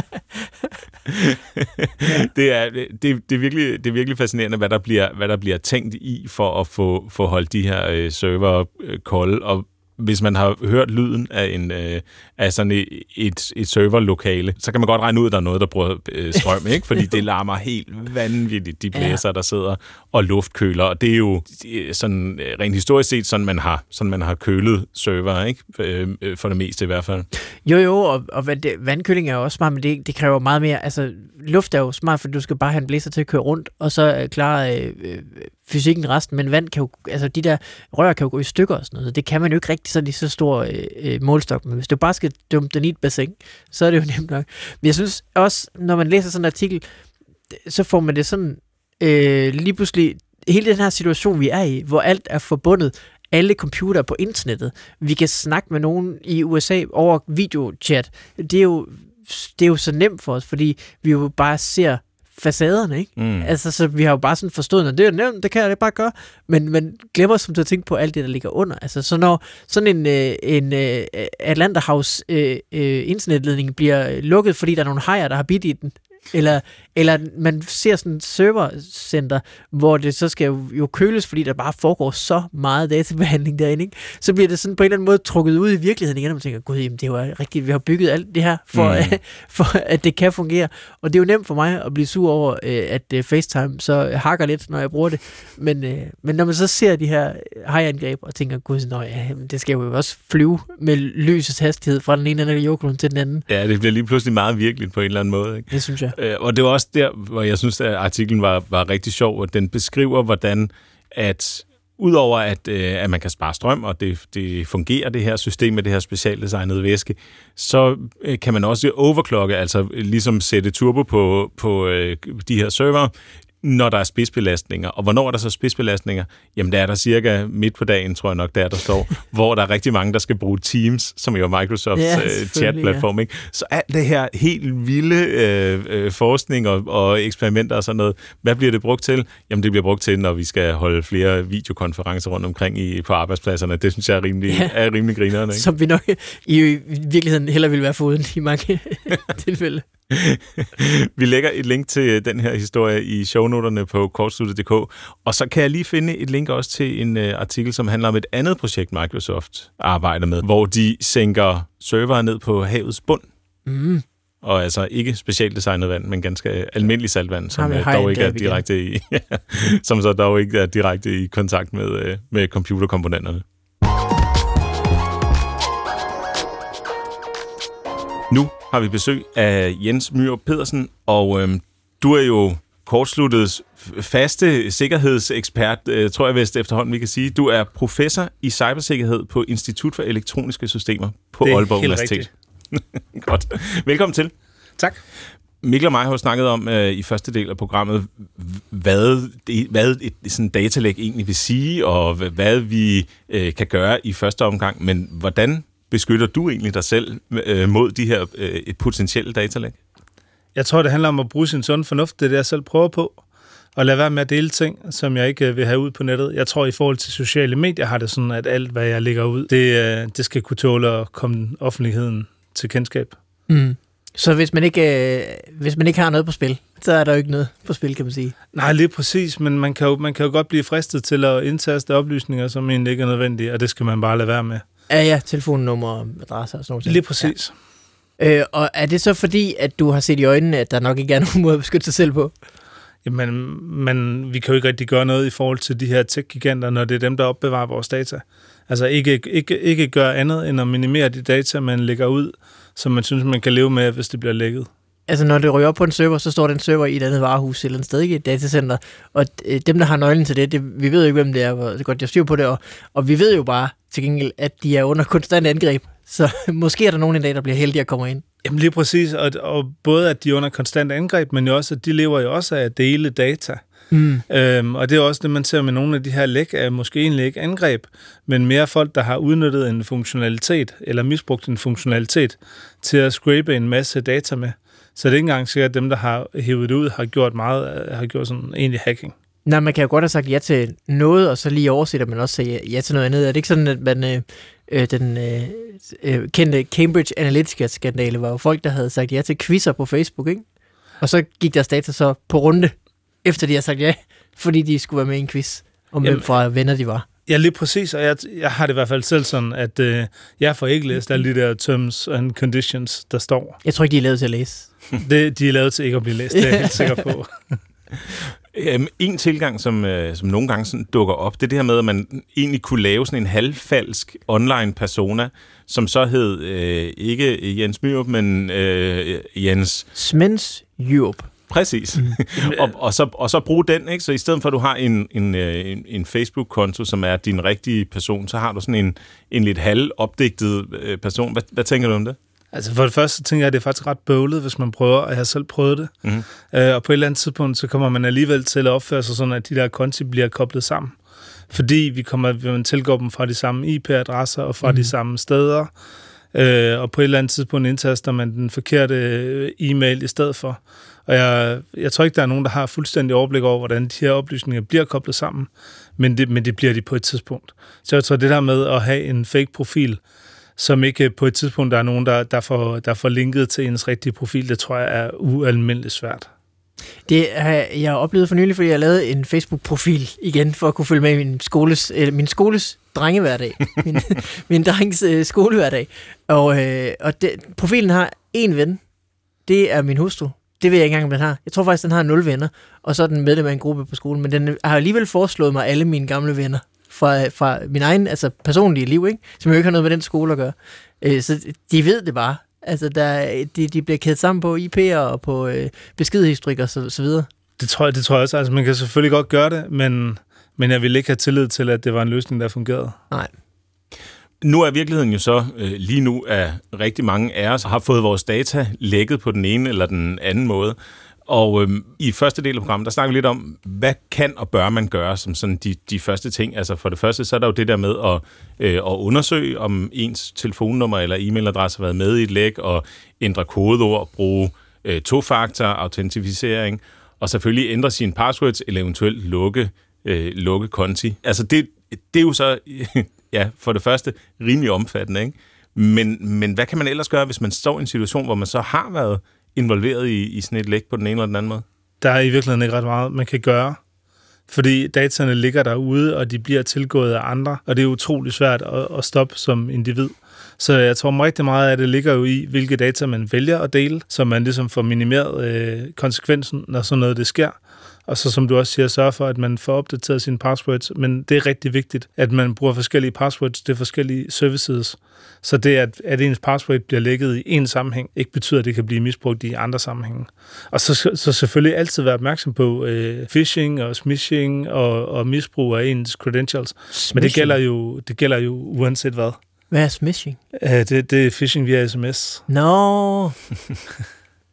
det, er, det, det, er virkelig, det er virkelig fascinerende, hvad der bliver, hvad der bliver tænkt i for at få, få holdt de her øh, server øh, kolde, og hvis man har hørt lyden af, en, øh, af sådan et, et, et serverlokale, så kan man godt regne ud, at der er noget, der bruger øh, strøm, ikke? Fordi det larmer helt vanvittigt, de blæser, ja. Der sidder og luftkøler, og det er jo sådan rent historisk set, sådan man har, sådan man har kølet server, ikke? Øh, for det meste i hvert fald. Jo, jo, og, og vandkøling er jo også smart, men det, det kræver meget mere. Altså, luft er jo smart, for du skal bare have en blæser til at køre rundt, og så klare øh, øh, fysikken resten, men vand kan jo, altså de der rør kan jo gå i stykker og sådan noget, så det kan man jo ikke rigtig sådan i så stor øh, målstok, men hvis du bare skal dumme den i et bassin, så er det jo nemt nok. Men jeg synes også, når man læser sådan en artikel, så får man det sådan øh, lige pludselig, hele den her situation, vi er i, hvor alt er forbundet, alle computere på internettet, vi kan snakke med nogen i U S A over videochat, det er jo, det er jo så nemt for os, fordi vi jo bare ser facaderne, ikke? Mm. Altså, så vi har jo bare sådan forstået, at det er nemt, det kan jeg det bare gøre, men man glemmer som til at tænke på alt det, der ligger under. Altså, så når sådan en, øh, en øh, Atlanterhavs øh, øh, internetledning bliver lukket, fordi der er nogle hajer, der har bidt i den, eller, eller man ser sådan et servercenter, hvor det så skal jo, jo køles, fordi der bare foregår så meget databehandling derinde, ikke? Så bliver det sådan på en eller anden måde trukket ud i virkeligheden igen, og man tænker, gud, jamen, det er jo rigtigt, vi har bygget alt det her, for, mm. at, for at det kan fungere. Og det er jo nemt for mig at blive sur over, at FaceTime så hakker lidt, når jeg bruger det. Men, men når man så ser de her hajangreb og tænker, gud, nøj, det skal jo også flyve med lysets hastighed fra den ene ende af jordkloden til den anden. Ja, det bliver lige pludselig meget virkeligt på en eller anden måde, ikke? Det synes jeg. Øh, og det var også der, hvor jeg synes, at artiklen var, var rigtig sjov, og den beskriver, hvordan at udover at, øh, at man kan spare strøm, og det, det fungerer, det her system med det her specialdesignede væske, så øh, kan man også overclocke, altså ligesom sætte turbo på, på øh, de her server, når der er spidsbelastninger. Og hvornår er der så spidsbelastninger? Jamen, der er der cirka midt på dagen, tror jeg nok, der der står, hvor der er rigtig mange, der skal bruge Teams, som jo er Microsofts ja, uh, chatplatform. Ikke? Så alt det her helt vilde øh, øh, forskning og, og eksperimenter og sådan noget, hvad bliver det brugt til? Jamen, det bliver brugt til, når vi skal holde flere videokonferencer rundt omkring i, på arbejdspladserne. Det synes jeg er rimelig, ja. er rimelig grinerende. Som vi nok i virkeligheden heller ville være foruden i mange tilfælde. Vi lægger et link til den her historie i shownoterne på kortsluttet punktum d k, og så kan jeg lige finde et link også til en uh, artikel, som handler om et andet projekt, Microsoft arbejder med, hvor de sænker servere ned på havets bund. Mm. Og altså ikke specialdesignet vand, men ganske almindelig saltvand, som dog ikke er direkte i, som så dog ikke er direkte i kontakt med, med computerkomponenterne. Nu har vi besøg af Jens Myrup Pedersen, og øhm, du er jo kortsluttets faste sikkerhedsekspert, øh, tror jeg vist efterhånden, vi kan sige. Du er professor i cybersikkerhed på Institut for Elektroniske Systemer på Aalborg Universitet. Det er helt rigtigt. Godt. Velkommen til. Tak. Mikkel og mig har jo snakket om øh, i første del af programmet, hvad, det, hvad et sådan datalæk egentlig vil sige, og hvad vi øh, kan gøre i første omgang. Men hvordan beskytter du egentlig dig selv øh, mod de her øh, et potentielle datalæk? Jeg tror, det handler om at bruge sin sunde fornuft, det er det, jeg selv prøver på, og lade være med at dele ting, som jeg ikke vil have ud på nettet. Jeg tror, i forhold til sociale medier har det sådan, at alt, hvad jeg lægger ud, det, det skal kunne tåle at komme offentligheden til kendskab. Mm. Så hvis man, ikke, øh, hvis man ikke har noget på spil, så er der jo ikke noget på spil, kan man sige. Nej, lige præcis, men man kan jo, man kan jo godt blive fristet til at indtaste oplysninger, som egentlig ikke er nødvendige, og det skal man bare lade være med. Ja, ja, telefonnummer, adresser og sådan noget. Lige præcis. Ja. Øh, og er det så fordi, at du har set i øjnene, at der nok ikke er nogen måde at beskytte sig selv på? Jamen, man, vi kan jo ikke rigtig gøre noget i forhold til de her tech-giganter, når det er dem, der opbevarer vores data. Altså ikke, ikke, ikke gøre andet, end at minimere de data, man lægger ud, som man synes, man kan leve med, hvis det bliver lækket. Altså når det ryger op på en server, så står den server i et andet varehus eller et sted, ikke et datacenter. Og dem, der har nøglen til det, det vi ved jo ikke, hvem det er, hvor det godt jeg styr på det. Og, og vi ved jo bare til gengæld, at de er under konstant angreb. Så måske er der nogen en dag, der bliver heldige at komme ind. Jamen lige præcis, og, og både at de er under konstant angreb, men jo også, at de lever jo også af at dele data. Mm. Øhm, og det er også det, man ser med nogle af de her læk, er måske egentlig ikke angreb, men mere folk, der har udnyttet en funktionalitet, eller misbrugt en funktionalitet, til at scrape en masse data med. Så det er ikke engang sikkert, at dem, der har hævet det ud, har gjort meget, har gjort sådan egentlig hacking. Nej, man kan jo godt have sagt ja til noget, og så lige oversætter man også sige ja til noget andet. Er det ikke sådan, at man, øh, den øh, kendte Cambridge Analytica-skandale var jo folk, der havde sagt ja til quizzer på Facebook, ikke? Og så gik deres data så på runde, efter de har sagt ja, fordi de skulle være med i en quiz, om hvem fra venner de var. Ja, lige præcis, og jeg, jeg har det i hvert fald selv sådan, at øh, jeg får ikke læst alle de der terms and conditions, der står. Jeg tror ikke, de er lavet til at læse. Det, de er lavet til ikke at blive læst, det er jeg helt sikker på. Um, en tilgang, som, uh, som nogle gange sådan dukker op, det er det her med, at man egentlig kunne lave sådan en halvfalsk online persona, som så hed uh, ikke Jens Myrup, men uh, Jens... Smens Jyrup. Præcis. Mm. og, og, så, og så bruge den, ikke? Så i stedet for, at du har en, en, en, en Facebook-konto, som er din rigtige person, så har du sådan en, en lidt halvopdigtet øh, person. Hvad, hvad tænker du om det? Altså for det første, så tænker jeg, at det er faktisk ret bøvlet, hvis man prøver, og jeg har selv prøvet det. Mm. Øh, og på et eller andet tidspunkt, så kommer man alligevel til at opføre sig sådan, at de der konti bliver koblet sammen. Fordi vi kommer, man tilgår dem fra de samme I P-adresser og fra mm. de samme steder. Øh, og på et eller andet tidspunkt indtaster man den forkerte e-mail i stedet for. Og jeg, jeg tror ikke, der er nogen, der har fuldstændig overblik over, hvordan de her oplysninger bliver koblet sammen, men det, men det bliver de på et tidspunkt. Så jeg tror, det der med at have en fake-profil, som ikke på et tidspunkt, der er nogen, der, der, får, der får linket til ens rigtige profil, det tror jeg er ualmindeligt svært. Det har jeg oplevet for nylig, fordi jeg lavede en Facebook-profil igen, for at kunne følge med i min skoles, eller min skoles drengehverdag. min, min drengs øh, skolehverdag. Og, øh, og det, profilen har én ven. Det er min hustru. Det ved jeg ikke engang, om den har. Jeg tror faktisk, den har nul venner, og så er den medlem af en gruppe på skolen. Men den har alligevel foreslået mig alle mine gamle venner fra, fra min egen altså personlige liv, ikke? Som jo ikke har noget med den skole at gøre. Øh, så de ved det bare. Altså, der, de, de bliver kædet sammen på I P'er og på øh, beskedhistorik og så, så videre. Det tror jeg, det tror jeg også. Altså, man kan selvfølgelig godt gøre det, men, men jeg vil ikke have tillid til, at det var en løsning, der fungerede. Nej. Nu er virkeligheden jo så, øh, lige nu, at rigtig mange af os har fået vores data lækket på den ene eller den anden måde. Og øh, i første del af programmet, der snakker vi lidt om, hvad kan og bør man gøre som sådan de, de første ting. Altså for det første, så er der jo det der med at, øh, at undersøge, om ens telefonnummer eller e-mailadresse har været med i et læk, og ændre kodeord, bruge øh, to-faktor, autentificering, og selvfølgelig ændre sine passwords, eller eventuelt lukke, øh, lukke konti. Altså det, det er jo så... Ja, for det første rimelig omfattende, ikke? Men, men hvad kan man ellers gøre, hvis man står i en situation, hvor man så har været involveret i, i sådan et læk på den ene eller den anden måde? Der er i virkeligheden ikke ret meget, man kan gøre. Fordi dataene ligger derude, og de bliver tilgået af andre, og det er utrolig svært at, at stoppe som individ. Så jeg tror rigtig meget af det ligger jo i, hvilke data man vælger at dele, så man ligesom får minimeret øh, konsekvensen, når sådan noget det sker. Og så som du også siger, sørge for, at man får opdateret sine passwords. Men det er rigtig vigtigt, at man bruger forskellige passwords til forskellige services. Så det, at, at ens password bliver lækket i en sammenhæng, ikke betyder, at det kan blive misbrugt i andre sammenhænge. Og så, så selvfølgelig altid være opmærksom på øh, phishing og smishing og, og misbrug af ens credentials. Smishing. Men det gælder jo, det gælder jo uanset hvad. Hvad er smishing? Uh, det, det er phishing via sms. Nå... No.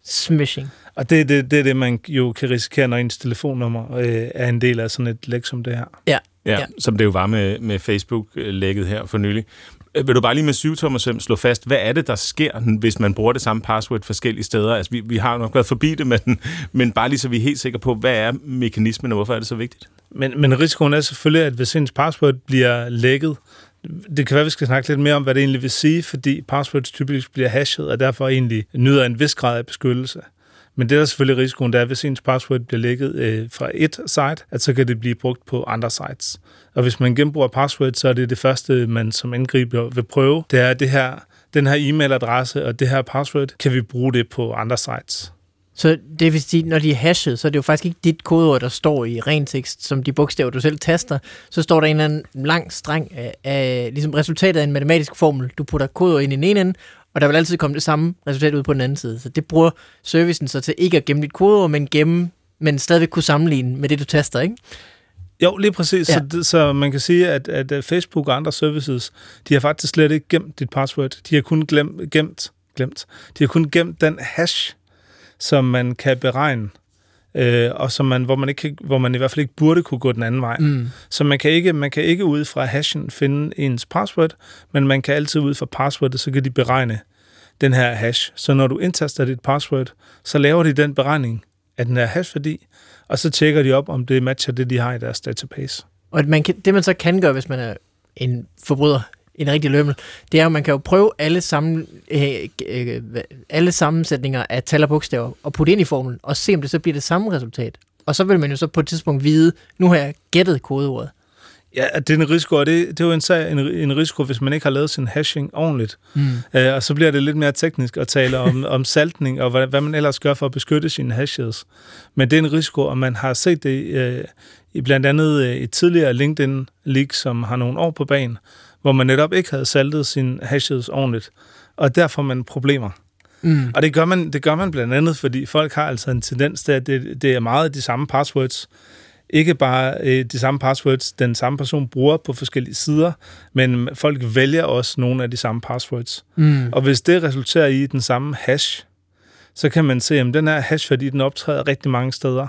Smishing. Og det er det, det, er det, man jo kan risikere, når ens telefonnummer øh, er en del af sådan et læk som det her. Ja. Ja, ja. som det jo var med, med Facebook-lækket her for nylig. Vil du bare lige med syvtommersøm slå fast, hvad er det, der sker, hvis man bruger det samme password forskellige steder? Altså, vi, vi har nok været forbi det, men, men bare lige så vi er helt sikre på, hvad er mekanismen, og hvorfor er det så vigtigt? Men, men risikoen er selvfølgelig, at hvis ens password bliver lækket, det kan være, at vi skal snakke lidt mere om, hvad det egentlig vil sige, fordi passwords typisk bliver hashet, og derfor egentlig nyder en vis grad af beskyttelse. Men det er der selvfølgelig risikoen, der er, hvis ens password bliver lækket øh, fra et site, at så kan det blive brugt på andre sites. Og hvis man genbruger password, så er det det første, man som angriber vil prøve. Det er det her, den her e-mailadresse og det her password, kan vi bruge det på andre sites. Så det vil sige, når de er hashet, så er det jo faktisk ikke dit kodeord, der står i ren tekst, som de bogstaver, du selv taster. Så står der en eller anden lang streng af, af ligesom resultatet af en matematisk formel. Du putter kodeord ind i den ene ende, og der vil altid komme det samme resultat ud på den anden side. Så det bruger servicen så til ikke at gemme dit kodeord, men gemme, men stadigvæk kunne sammenligne med det, du taster, ikke? Jo, lige præcis. Ja. Så, så man kan sige, at, at Facebook og andre services, de har faktisk slet ikke gemt dit password. De har kun glemt, gemt, glemt. De har kun gemt den hash, som man kan beregne, øh, og som man, hvor, man ikke kan, hvor man i hvert fald ikke burde kunne gå den anden vej. Mm. Så man kan, ikke, man kan ikke ud fra hashen finde ens password, men man kan altid ud fra passwordet, så kan de beregne den her hash. Så når du indtaster dit password, så laver de den beregning af den her hash-værdi, og så tjekker de op, om det matcher det, de har i deres database. Og man kan, det man så kan gøre, hvis man er en forbryder, en rigtig lømmel, det er, at man kan jo prøve alle, sammen, øh, øh, alle sammensætninger af tal og bogstaver og putte ind i formlen, og se, om det så bliver det samme resultat. Og så vil man jo så på et tidspunkt vide, nu har jeg gættet kodeordet. Ja, det er en risiko, og det, det er jo en, en, en risiko, hvis man ikke har lavet sin hashing ordentligt. Mm. Øh, og så bliver det lidt mere teknisk at tale om, om saltning, og hvad, hvad man ellers gør for at beskytte sine hashes. Men det er en risiko, og man har set det øh, i blandt andet øh, et tidligere LinkedIn-leak, som har nogle år på banen, hvor man netop ikke havde saltet sine hashes ordentligt, og derfor har man problemer. Mm. Og det gør, man, det gør man blandt andet, fordi folk har altså en tendens til, at det, det er meget de samme passwords, ikke bare øh, de samme passwords, den samme person bruger på forskellige sider, men folk vælger også nogle af de samme passwords. Mm. Og hvis det resulterer i den samme hash, så kan man se, at den her hash, fordi den optræder rigtig mange steder,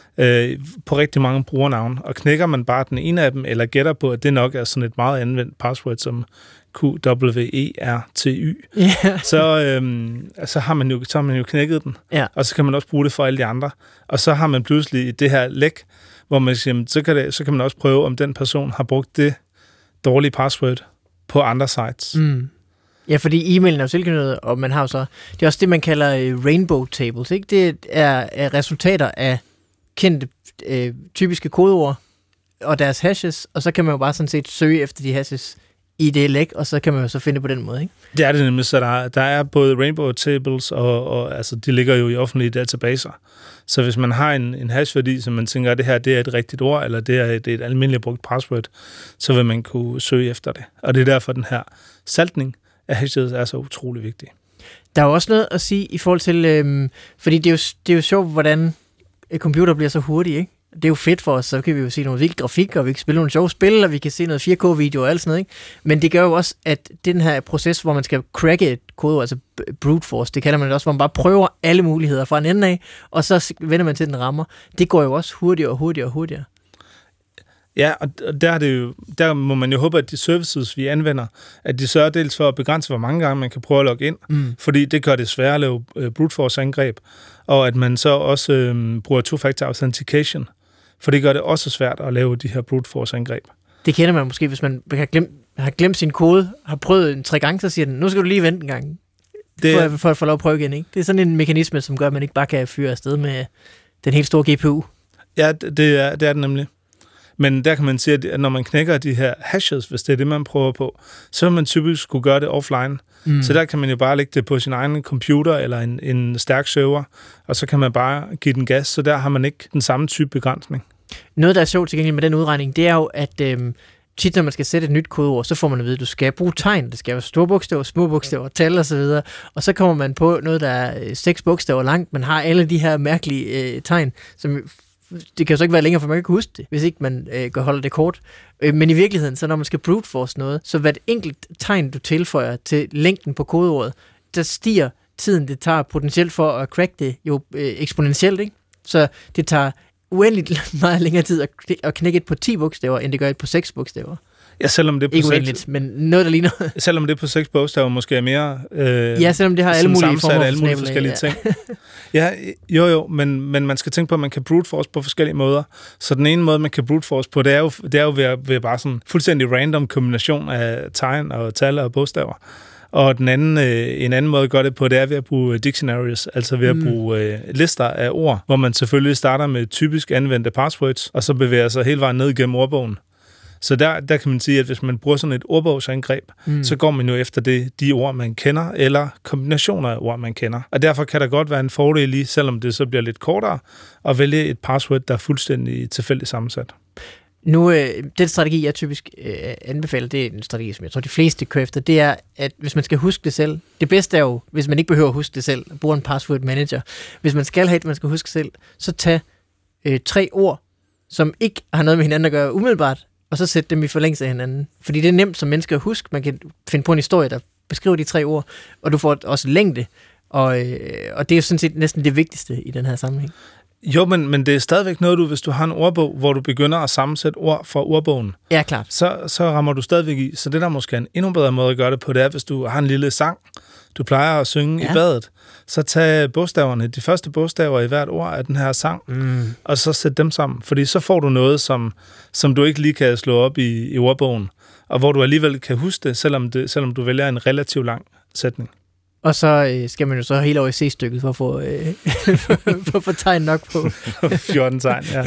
øh, på rigtig mange brugernavne, og knækker man bare den ene af dem, eller gætter på, at det nok er sådan et meget anvendt password, som Q W E R T Y, yeah. så, øhm, så, har man jo, så har man jo knækket den, yeah. og så kan man også bruge det for alle de andre. Og så har man pludselig det her læk, hvor man siger, så kan, det, så kan man også prøve, om den person har brugt det dårlige password på andre sites. Mm. Ja, fordi e-mailen er jo tilknyttet, og man har jo så, det er også det, man kalder rainbow tables, ikke? Det er, er resultater af kendte øh, typiske kodeord og deres hashes, og så kan man jo bare sådan set søge efter de hashes i det læk, og så kan man jo så finde på den måde, ikke? Det er det nemlig, så der, der er både rainbow tables, og, og altså, de ligger jo i offentlige databaser. Så hvis man har en, en hashværdi, som man tænker, at det her det er et rigtigt ord, eller det er et, det er et almindeligt brugt password, så vil man kunne søge efter det. Og det er derfor, den her saltning af hashes er så utrolig vigtig. Der er jo også noget at sige i forhold til, øhm, fordi det er, jo, det er jo sjovt, hvordan computer bliver så hurtig, ikke? Det er jo fedt for os, så kan vi jo se noget vild grafik, og vi kan spille nogle sjove spil, og vi kan se noget fire K-video og alt sådan noget, ikke? Men det gør jo også, at den her proces, hvor man skal cracke et kodeord, altså brute force, det kalder man det også, hvor man bare prøver alle muligheder fra en ende af, og så vender man til den rammer. Det går jo også hurtigere og hurtigere og hurtigere. Ja, og der, er det jo, der må man jo håbe, at de services, vi anvender, at de sørger dels for at begrænse, hvor mange gange man kan prøve at logge ind, mm. fordi det gør det sværere at lave uh, brute force-angreb, og at man så også øh, bruger two-factor authentication, for det gør det også svært at lave de her brute force-angreb. Det kender man måske, hvis man har glemt, har glemt sin kode, har prøvet en tre gange, så siger den, nu skal du lige vente en gang, det for, for at få lov at prøve igen, ikke? Det er sådan en mekanisme, som gør, at man ikke bare kan fyre afsted med den helt store G P U. Ja, det er det, er det nemlig. Men der kan man sige, at når man knækker de her hashes, hvis det er det, man prøver på, så vil man typisk skulle gøre det offline. Mm. Så der kan man jo bare lægge det på sin egen computer eller en, en stærk server, og så kan man bare give den gas, så der har man ikke den samme type begrænsning. Noget, der er sjovt tilgængeligt med den udregning, det er jo, at øhm, tit når man skal sætte et nyt kodeord, så får man at vide, at du skal bruge tegn, det skal være store bogstaver, små bogstaver, tal og så videre, og så kommer man på noget, der er seks bogstaver langt, man har alle de her mærkelige øh, tegn, som det kan jo så ikke være længere, for man kan ikke huske det, hvis ikke man øh, kan holde det kort. Øh, men i virkeligheden, så når man skal brute force noget, så hvert enkelt tegn, du tilføjer til længden på kodeordet, der stiger tiden, det tager potentielt for at crack det, jo øh, eksponentielt, ikke? Så det tager uendeligt meget længere tid at, at knække et på ti bogstaver, end det gør et på seks bogstaver. Ja, selvom det er på ikke seks, uendeligt, men noget, der ligner... selvom det er på seks bogstaver, måske er mere... Øh, ja, selvom det har alle mulige former alle mulige forskellige ja. ting. Ja, jo jo, men, men man skal tænke på, at man kan brute force på forskellige måder. Så den ene måde, man kan brute force på, det er jo, det er jo ved, at, ved bare sådan fuldstændig random kombination af tegn og tal og bogstaver. Og den anden, øh, en anden måde at gøre det på, det er ved at bruge dictionaries, altså ved at mm. bruge øh, lister af ord, hvor man selvfølgelig starter med typisk anvendte passwords, og så bevæger sig hele vejen ned gennem ordbogen. Så der, der kan man sige, at hvis man bruger sådan et ordbogsangreb, mm. så går man jo efter det, de ord, man kender, eller kombinationer af ord, man kender. Og derfor kan der godt være en fordel i, selvom det så bliver lidt kortere, at vælge et password, der er fuldstændig tilfældigt sammensat. Nu, øh, den strategi, jeg typisk øh, anbefaler, det er en strategi, som jeg tror, de fleste kører efter, det er, at hvis man skal huske det selv, det bedste er jo, hvis man ikke behøver at huske det selv, bruger en password manager. Hvis man skal have det, man skal huske selv, så tag øh, tre ord, som ikke har noget med hinanden at gøre umiddelbart, og så sætte dem i forlængelse af hinanden. Fordi det er nemt som menneske at huske. Man kan finde på en historie, der beskriver de tre ord, og du får også længde. Og, øh, og det er jo sådan set næsten det vigtigste i den her sammenhæng. Jo, men, men det er stadigvæk noget, du, hvis du har en ordbog, hvor du begynder at sammensætte ord fra ordbogen. Ja, klart. Så, så rammer du stadigvæk i. Så det der måske er en endnu bedre måde at gøre det på, det er, hvis du har en lille sang, du plejer at synge ja. i badet, så tag bogstaverne, de første bogstaver i hvert ord af den her sang, mm. og så sæt dem sammen. Fordi så får du noget, som, som du ikke lige kan slå op i, i ordbogen, og hvor du alligevel kan huske det, selvom, det, selvom du vælger en relativt lang sætning. Og så øh, skal man jo så hele over i C-stykket for at få, øh, for at få tegn nok på. fjorten tegn, ja.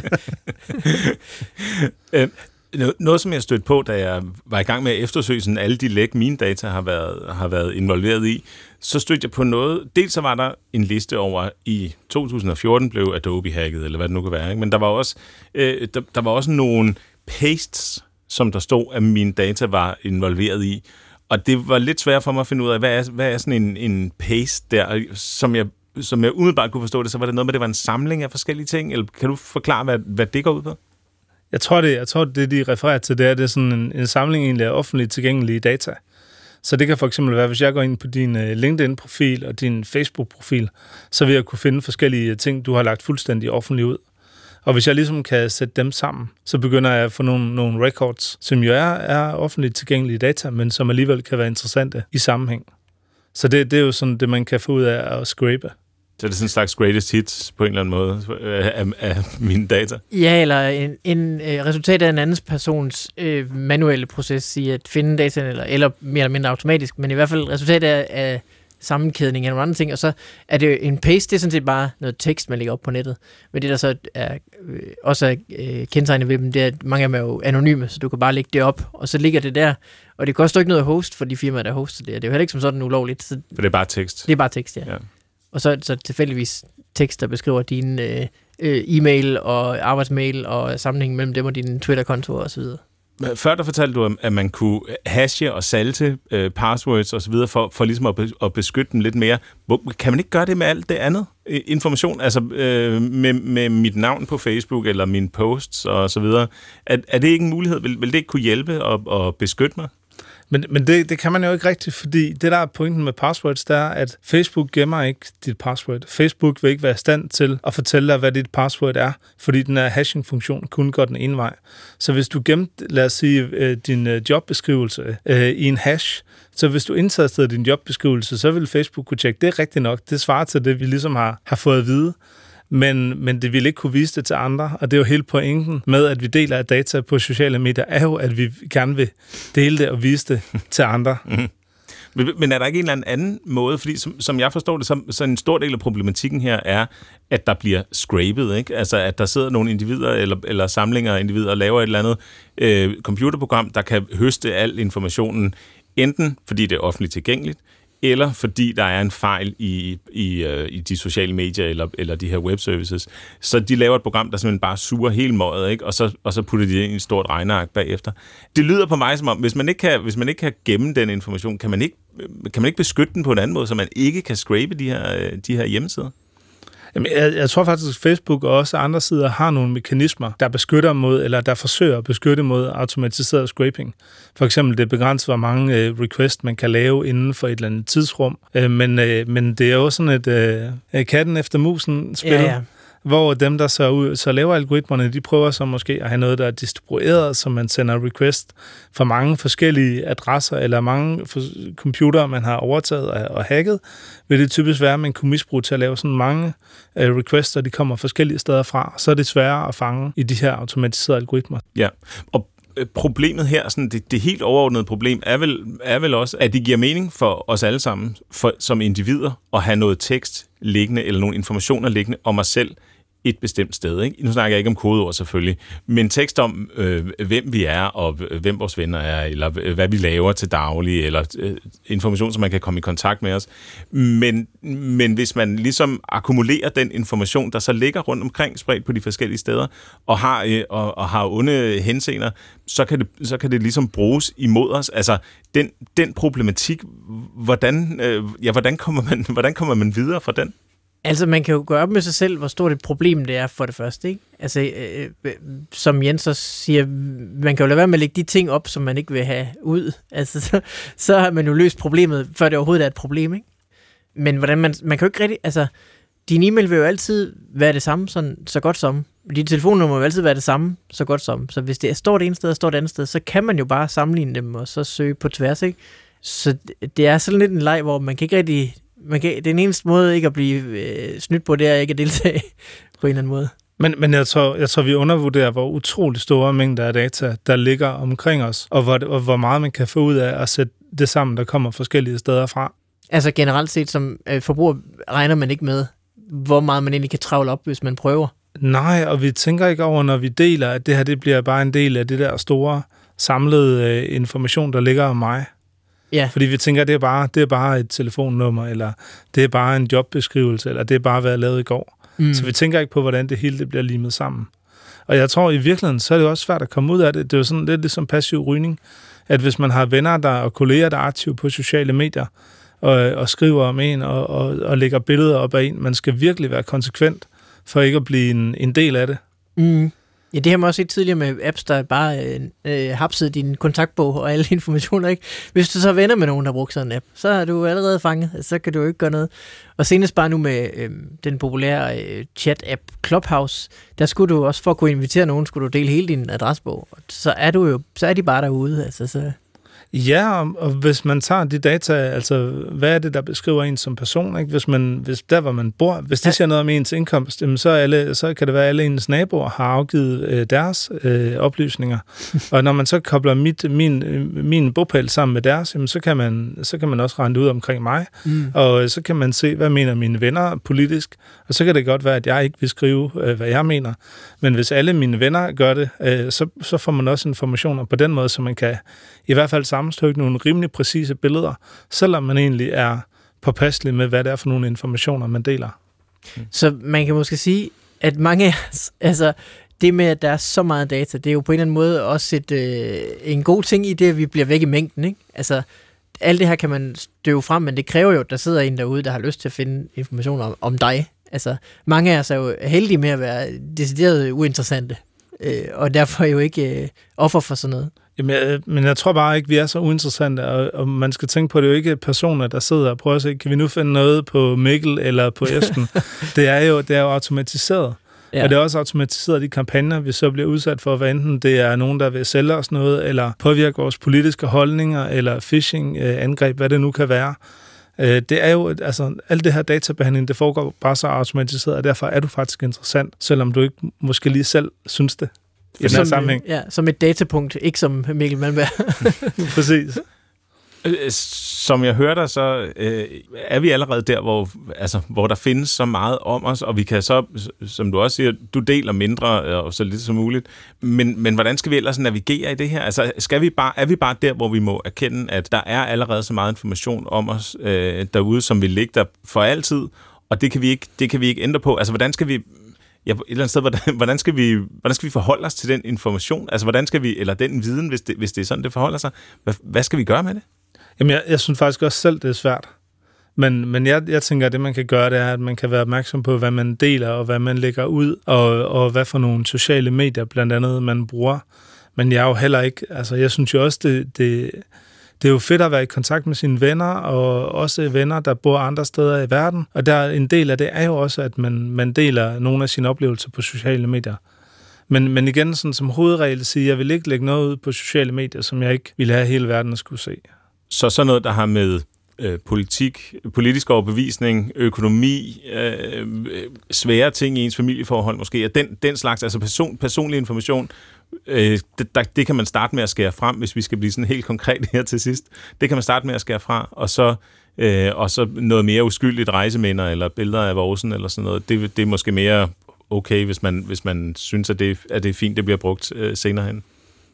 øh, noget, som jeg stødte på, da jeg var i gang med at eftersøge sådan alle de læk, mine data har været, har været involveret i, så stødte jeg på noget. Dels så var der en liste over, i to tusind og fjorten blev Adobe hacket, eller hvad det nu kan være, ikke? Men der var også, øh, der, der var også nogle pastes, som der stod, at mine data var involveret i. Og det var lidt svært for mig at finde ud af, hvad er, hvad er sådan en, en paste der, som jeg, som jeg umiddelbart kunne forstå det, så var det noget med, at det var en samling af forskellige ting, eller kan du forklare, hvad, hvad det går ud på? Jeg tror, det, jeg tror, det de refererer til, det er, det er sådan en, en samling egentlig af offentligt tilgængelige data. Så det kan for eksempel være, hvis jeg går ind på din LinkedIn-profil og din Facebook-profil, så vil jeg kunne finde forskellige ting, du har lagt fuldstændig offentligt ud. Og hvis jeg ligesom kan sætte dem sammen, så begynder jeg at få nogle, nogle records, som jo er, er offentligt tilgængelige data, men som alligevel kan være interessante i sammenhæng. Så det, det er jo sådan det, man kan få ud af at scrape. Så er det sådan en slags greatest hits på en eller anden måde af, af mine data? Ja, eller en, en øh, resultat af en andens persons øh, manuelle proces i at finde data, eller, eller mere eller mindre automatisk, men i hvert fald resultat af, af sammenkædning eller nogle andre ting, og så er det jo en paste, det er sådan set bare noget tekst, man lægger op på nettet. Men det, der så er, øh, også er øh, kendetegnet ved dem, det er, at mange af dem er jo anonyme, så du kan bare lægge det op, og så ligger det der, og det koster ikke noget at hoste for de firmaer, der hoster det, det er jo heller ikke som sådan ulovligt. Så for det er bare tekst? Det er bare tekst, ja. ja. Og så, så tilfældigvis tekst, der beskriver din øh, øh, e-mail og arbejdsmail og sammenhængen mellem dem og dine Twitter-kontoer og så videre. Før der fortalte du, at man kunne hashe og salte øh, passwords og så videre for, for ligesom at, be, at beskytte dem lidt mere. Kan man ikke gøre det med alt det andet information? Altså øh, med, med mit navn på Facebook eller mine posts og så videre. Er, er det ikke en mulighed? Vil, vil det ikke kunne hjælpe at, at beskytte mig? Men, men det, det kan man jo ikke rigtigt, fordi det der er pointen med passwords, det er, at Facebook gemmer ikke dit password. Facebook vil ikke være i stand til at fortælle dig, hvad dit password er, fordi den her hashing-funktion kun går den ene vej. Så hvis du gemte, lad os sige, din jobbeskrivelse øh, i en hash, så hvis du indtastede din jobbeskrivelse, så vil Facebook kunne tjekke, det er rigtigt nok, det svarer til det, vi ligesom har, har fået at vide. Men, men det vil ikke kunne vise det til andre, og det er jo hele pointen med, at vi deler data på sociale medier, er jo, at vi gerne vil dele det og vise det til andre. Mm-hmm. Men, men er der ikke en eller anden måde, fordi som, som jeg forstår det, så, så en stor del af problematikken her er, at der bliver scrapet, ikke? Altså at der sidder nogle individer eller, eller samlinger af individer og laver et eller andet øh, computerprogram, der kan høste al informationen, enten fordi det er offentligt tilgængeligt, eller fordi der er en fejl i, i, uh, i de sociale medier eller, eller de her webservices. Så de laver et program, der simpelthen bare suger hele møget, ikke? Og, så, og så putter de det ind i et stort regneark bagefter. Det lyder på mig som om, hvis man ikke kan, hvis man ikke kan gemme den information, kan man ikke, kan man ikke beskytte den på en anden måde, så man ikke kan scrape de her, de her hjemmesider? Jamen, jeg, jeg tror faktisk, at Facebook og også andre sider har nogle mekanismer, der beskytter mod, eller der forsøger at beskytte mod automatiseret scraping. For eksempel det begrænser, hvor mange øh, requests man kan lave inden for et eller andet tidsrum. Øh, men, øh, men det er jo sådan et øh, katten efter musen-spil, ja, ja. Hvor dem, der så, ud, så laver algoritmerne, de prøver så måske at have noget, der er distribueret, så man sender request fra mange forskellige adresser, eller mange computere, man har overtaget og hacket, vil det typisk være, at man kunne misbruge til at lave sådan mange uh, requests, og de kommer forskellige steder fra. Så er det sværere at fange i de her automatiserede algoritmer. Ja, og problemet her, sådan det, det helt overordnede problem, er vel, er vel også, at det giver mening for os alle sammen, for, som individer, at have noget tekst liggende, eller nogle informationer liggende om os selv, et bestemt sted. Ikke? Nu snakker jeg ikke om kodeord selvfølgelig, men tekst om, øh, hvem vi er, og hvem vores venner er, eller hvad vi laver til daglig, eller øh, information, som man kan komme i kontakt med os. Men, men hvis man ligesom akkumulerer den information, der så ligger rundt omkring, spredt på de forskellige steder, og har, øh, og, og har onde henseender, så kan, det, så kan det ligesom bruges imod os. Altså, den, den problematik, hvordan, øh, ja, hvordan, kommer man, hvordan kommer man videre fra den? Altså, man kan jo gøre op med sig selv, hvor stort et problem det er for det første, ikke? Altså, øh, øh, som Jens så siger, man kan jo lade være med at lægge de ting op, som man ikke vil have ud. Altså, så, så har man jo løst problemet, før det overhovedet er et problem, ikke? Men hvordan man, man kan jo ikke rigtig, altså, din e-mail vil jo altid være det samme, sådan, så godt som. Dit telefonnummer vil altid være det samme, så godt som. Så hvis det står det ene sted og står det andet sted, så kan man jo bare sammenligne dem, og så søge på tværs, ikke? Så det er sådan lidt en leg, hvor man kan ikke rigtig... Man kan, den eneste måde ikke at blive øh, snydt på, det er ikke at deltage på en eller anden måde. Men, men jeg, tror, jeg tror, vi undervurderer, hvor utrolig store mængder af data, der ligger omkring os, og hvor, og hvor meget man kan få ud af at sætte det sammen, der kommer forskellige steder fra. Altså generelt set som øh, forbruger regner man ikke med, hvor meget man egentlig kan travle op, hvis man prøver. Nej, og vi tænker ikke over, når vi deler, at det her det bliver bare en del af det der store samlede øh, information, der ligger om mig. Ja. Fordi vi tænker, at det er, bare, det er bare et telefonnummer, eller det er bare en jobbeskrivelse, eller det er bare, hvad jeg lavede i går. Mm. Så vi tænker ikke på, hvordan det hele det bliver limet sammen. Og jeg tror, i virkeligheden, så er det også svært at komme ud af det. Det er jo sådan lidt ligesom passiv rygning, at hvis man har venner der, og kolleger, der er aktive på sociale medier, og, og skriver om en, og, og, og lægger billeder op af en, man skal virkelig være konsekvent, for ikke at blive en, en del af det. Mm. Ja, det har man også set tidligere med apps, der bare øh, øh, hapsede din kontaktbog og alle informationer, ikke? Hvis du så er venner med nogen, der bruger sådan en app, så er du allerede fanget, så kan du jo ikke gøre noget. Og senest bare nu med øh, den populære øh, chat-app Clubhouse, der skulle du også, for at kunne invitere nogen, skulle du dele hele din adressebog. Så er du jo, så er de bare derude, altså så... Ja, og, og hvis man tager de data, altså hvad er det, der beskriver en som person, ikke? Hvis man, hvis der, hvor man bor, hvis det siger noget om ens indkomst, jamen, så, alle, så kan det være, at alle ens naboer har afgivet øh, deres øh, oplysninger. Og når man så kobler mit, min, min bopæl sammen med deres, jamen, så, kan man, så kan man også regne ud omkring mig, mm. og så kan man se, hvad mener mine venner politisk, og så kan det godt være, at jeg ikke vil skrive, øh, hvad jeg mener. Men hvis alle mine venner gør det, øh, så, så får man også informationer på den måde, så man kan i hvert fald sammenstykke nogle rimelig præcise billeder, selvom man egentlig er påpasselig med, hvad det er for nogle informationer, man deler. Så man kan måske sige, at mange, altså det med, at der er så meget data, det er jo på en eller anden måde også et, øh, en god ting i det, at vi bliver væk i mængden, ikke? Altså, alt det her kan man støve frem, men det kræver jo, at der sidder en derude, der har lyst til at finde information om, om dig. Altså, mange af os er jo heldige med at være decideret uinteressante, øh, og derfor er jo ikke øh, offer for sådan noget. Jamen, jeg, men jeg tror bare ikke, vi er så uinteressante, og, og man skal tænke på, det er jo ikke personer, der sidder og prøver at se, kan vi nu finde noget på Mikkel eller på Esben? det, er jo, det er jo automatiseret. Ja. Og det er også automatiseret de kampagner, vi så bliver udsat for, hvad enten det er nogen, der vil sælge os noget, eller påvirke vores politiske holdninger, eller phishing-angreb, hvad det nu kan være. Det er jo, altså, alt det her databehandling, det foregår bare så automatiseret, og derfor er du faktisk interessant, selvom du ikke måske lige selv synes det. I som, den sammenhæng. Ja, som et datapunkt, ikke som Mikkel Malmberg. Præcis. Som jeg hører dig, så øh, er vi allerede der, hvor, altså, hvor der findes så meget om os, og vi kan så, som du også siger, du deler mindre og så lidt som muligt, men, men hvordan skal vi ellers navigere i det her? Altså, skal vi bare, er vi bare der, hvor vi må erkende, at der er allerede så meget information om os øh, derude, som vil ligge der for altid, og det kan vi ikke, det kan vi ikke ændre på? Altså, hvordan skal vi... Ja, et eller andet sted, hvordan, hvordan, skal vi, hvordan skal vi forholde os til den information? Altså, hvordan skal vi, eller den viden, hvis det, hvis det er sådan, det forholder sig, hvad, hvad skal vi gøre med det? Jamen, jeg, jeg synes faktisk også selv, det er svært. Men, men jeg, jeg tænker, at det, man kan gøre, det er, at man kan være opmærksom på, hvad man deler, og hvad man lægger ud, og, og hvad for nogle sociale medier, blandt andet, man bruger. Men jeg er jo heller ikke... Altså, jeg synes jo også, det, det, det er jo fedt at være i kontakt med sine venner, og også venner, der bor andre steder i verden. Og der en del af det er jo også, at man, man deler nogle af sine oplevelser på sociale medier. Men, men igen, sådan som hovedregel siger, jeg vil ikke lægge noget ud på sociale medier, som jeg ikke ville have hele verden at skulle se. Så sådan noget, der har med øh, politik, politisk overbevisning, økonomi, øh, svære ting i ens familieforhold måske, og den, den slags, altså person, personlig information, øh, det, der, det kan man starte med at skære frem, hvis vi skal blive sådan helt konkret her til sidst. Det kan man starte med at skære fra, og så, øh, og så noget mere uskyldigt rejseminder, eller billeder af vorsen, eller sådan noget. Det, det er måske mere okay, hvis man, hvis man synes, at det, at det er fint, det bliver brugt øh, senere hen.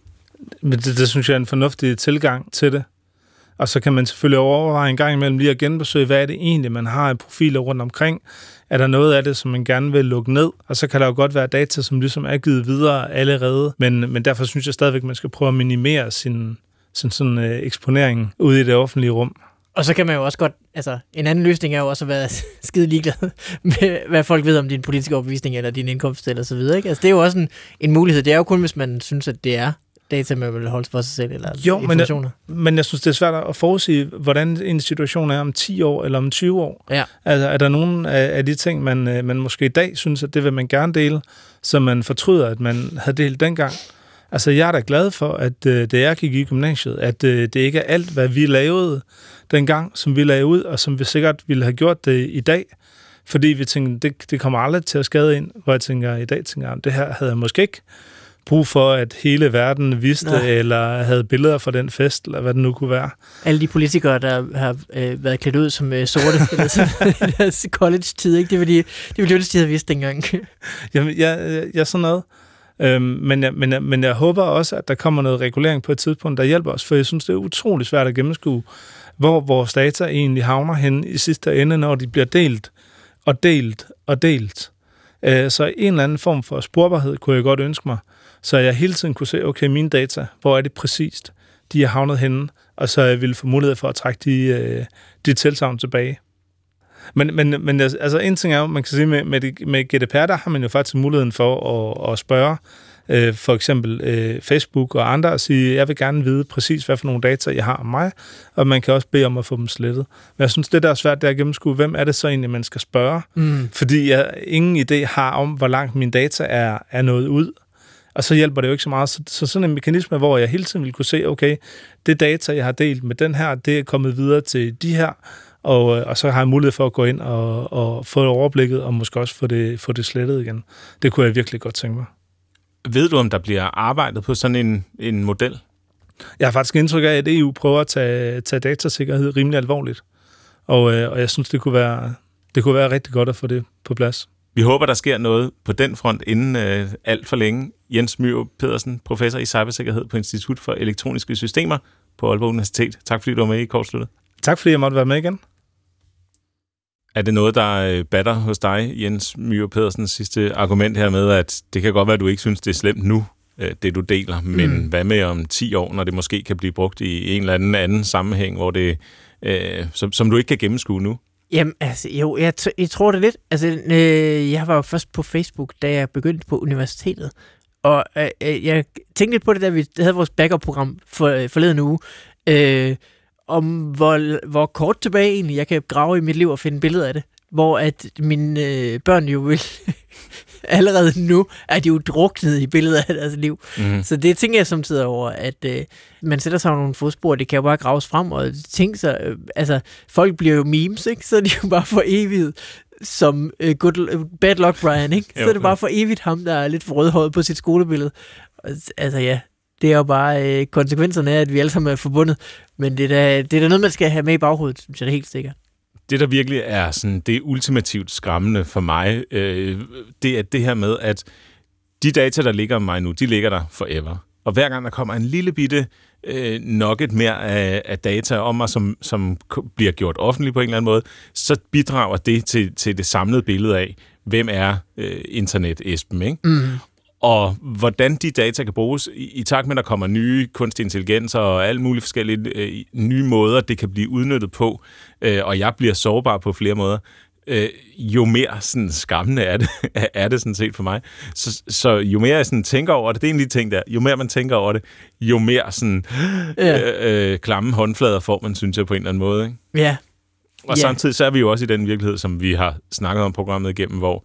Men det, det synes jeg er en fornuftig tilgang til det. Og så kan man selvfølgelig overveje en gang imellem lige at genbesøge, hvad er det egentlig, man har af profiler rundt omkring. Er der noget af det, som man gerne vil lukke ned? Og så kan der jo godt være data, som ligesom er givet videre allerede. Men, men derfor synes jeg stadigvæk, at man skal prøve at minimere sin, sin sådan, øh, eksponering ude i det offentlige rum. Og så kan man jo også godt, altså en anden løsning er jo også at være skide ligeglad med, hvad folk ved om din politiske overbevisning eller din indkomst eller så videre, ikke? Altså det er jo også en, en mulighed. Det er jo kun, hvis man synes, at det er data, man vil holde for sig selv eller jo, informationer. Men jeg, men jeg synes, det er svært at forudsige, hvordan en situation er om ti år eller om tyve år. Ja. Altså er der nogle af, af de ting, man, man måske i dag synes, at det vil man gerne dele, som man fortryder, at man havde delt dengang? Altså, jeg er da glad for, at øh, da jeg gik i gymnasiet, at øh, det ikke er alt, hvad vi lavede dengang, som vi lavede ud, og som vi sikkert ville have gjort det i dag. Fordi vi tænkte, det, det kommer aldrig til at skade ind, hvor jeg tænker, i dag tænker jeg, det her havde jeg måske ikke brug for, at hele verden vidste, Nej. eller havde billeder fra den fest, eller hvad det nu kunne være. Alle de politikere, der har øh, været klædt ud som øh, sorte eller sådan, i deres college-tid, ikke? Det var de, det var de, de havde vidst dengang. Jamen, ja, ja, sådan noget. Øhm, men, jeg, men, jeg, men jeg håber også, at der kommer noget regulering på et tidspunkt, der hjælper os, for jeg synes, det er utrolig svært at gennemskue, hvor vores data egentlig havner hen i sidste ende, når de bliver delt og delt og delt. Øh, så en eller anden form for sporbarhed kunne jeg godt ønske mig, så jeg hele tiden kunne se, okay, mine data, hvor er det præcist, de er havnet henne, og så jeg ville få mulighed for at trække de, øh, de tilsagn tilbage. Men, men, men altså, en ting er jo, man kan sige, med, med, med G D P R, der har man jo faktisk muligheden for at, at spørge øh, for eksempel øh, Facebook og andre og sige, jeg vil gerne vide præcis, hvad for nogle data jeg har om mig, og man kan også bede om at få dem slettet. Men jeg synes, det der er svært, det er at gennemskue, hvem er det så egentlig, man skal spørge? Mm. Fordi jeg ingen idé har om, hvor langt mine data er, er nået ud. Og så hjælper det jo ikke så meget. Så, så sådan en mekanisme, hvor jeg hele tiden vil kunne se, okay, det data, jeg har delt med den her, det er kommet videre til de her, Og, og så har jeg mulighed for at gå ind og, og få overblikket, og måske også få det, få det slettet igen. Det kunne jeg virkelig godt tænke mig. Ved du, om der bliver arbejdet på sådan en, en model? Jeg har faktisk indtryk af, at E U prøver at tage, tage datasikkerhed rimelig alvorligt. Og, og jeg synes, det kunne, være, det kunne være rigtig godt at få det på plads. Vi håber, der sker noget på den front inden øh, alt for længe. Jens Myrup Pedersen, professor i cybersikkerhed på Institut for Elektroniske Systemer på Aalborg Universitet. Tak fordi du var med i Kortsluttet. Tak fordi jeg måtte være med igen. Er det noget, der batter hos dig, Jens Myrup Pedersens sidste argument her med, at det kan godt være, at du ikke synes, det er slemt nu, det du deler, men mm. hvad med om ti år, når det måske kan blive brugt i en eller anden anden sammenhæng, hvor det, øh, som, som du ikke kan gennemskue nu? Jamen, altså, jo, jeg, t- jeg tror det lidt. Altså, øh, jeg var jo først på Facebook, da jeg begyndte på universitetet, og øh, jeg tænkte lidt på det, da vi havde vores backup-program for, øh, forleden uge, øh, om hvor, hvor kort tilbage egentlig jeg kan grave i mit liv og finde billeder af det. Hvor at mine øh, børn jo vil allerede nu er de jo druknet i billeder af deres liv. Mm. Så det tænker jeg samtidig over, at øh, man sætter sig nogle fodspor, det kan jo bare graves frem, og tænke sig, øh, altså folk bliver jo memes, ikke? Så er de jo bare for evigt som øh, good, bad luck Brian, ikke? Så er det bare for evigt ham, der er lidt for rødhåret på sit skolebillede. Altså ja, det er jo bare øh, konsekvenserne af, at vi alle sammen er forbundet. Men det er, da, det er da noget, man skal have med i baghovedet, synes jeg det er helt sikkert. Det, der virkelig er sådan, det er ultimativt skræmmende for mig, øh, det er det her med, at de data, der ligger om mig nu, de ligger der forever. Og hver gang der kommer en lille bitte øh, nugget mere af, af data om mig, som, som bliver gjort offentligt på en eller anden måde, så bidrager det til, til det samlede billede af, hvem er øh, internet-Esben, ikke? Mm. og hvordan de data kan bruges i, i takt med, at der kommer nye kunstig intelligens og alle mulige forskellige øh, nye måder, det kan blive udnyttet på, øh, og jeg bliver sårbar på flere måder, øh, jo mere sådan skræmmende er det, er det sådan set for mig. Så, så jo mere jeg sådan tænker over det, det er en lille ting der, jo mere man tænker over det, jo mere sådan ja. øh, øh, klamme håndflader får man, synes jeg, på en eller anden måde. Ikke? Ja. Og ja. Samtidig så er vi jo også i den virkelighed, som vi har snakket om programmet igennem, hvor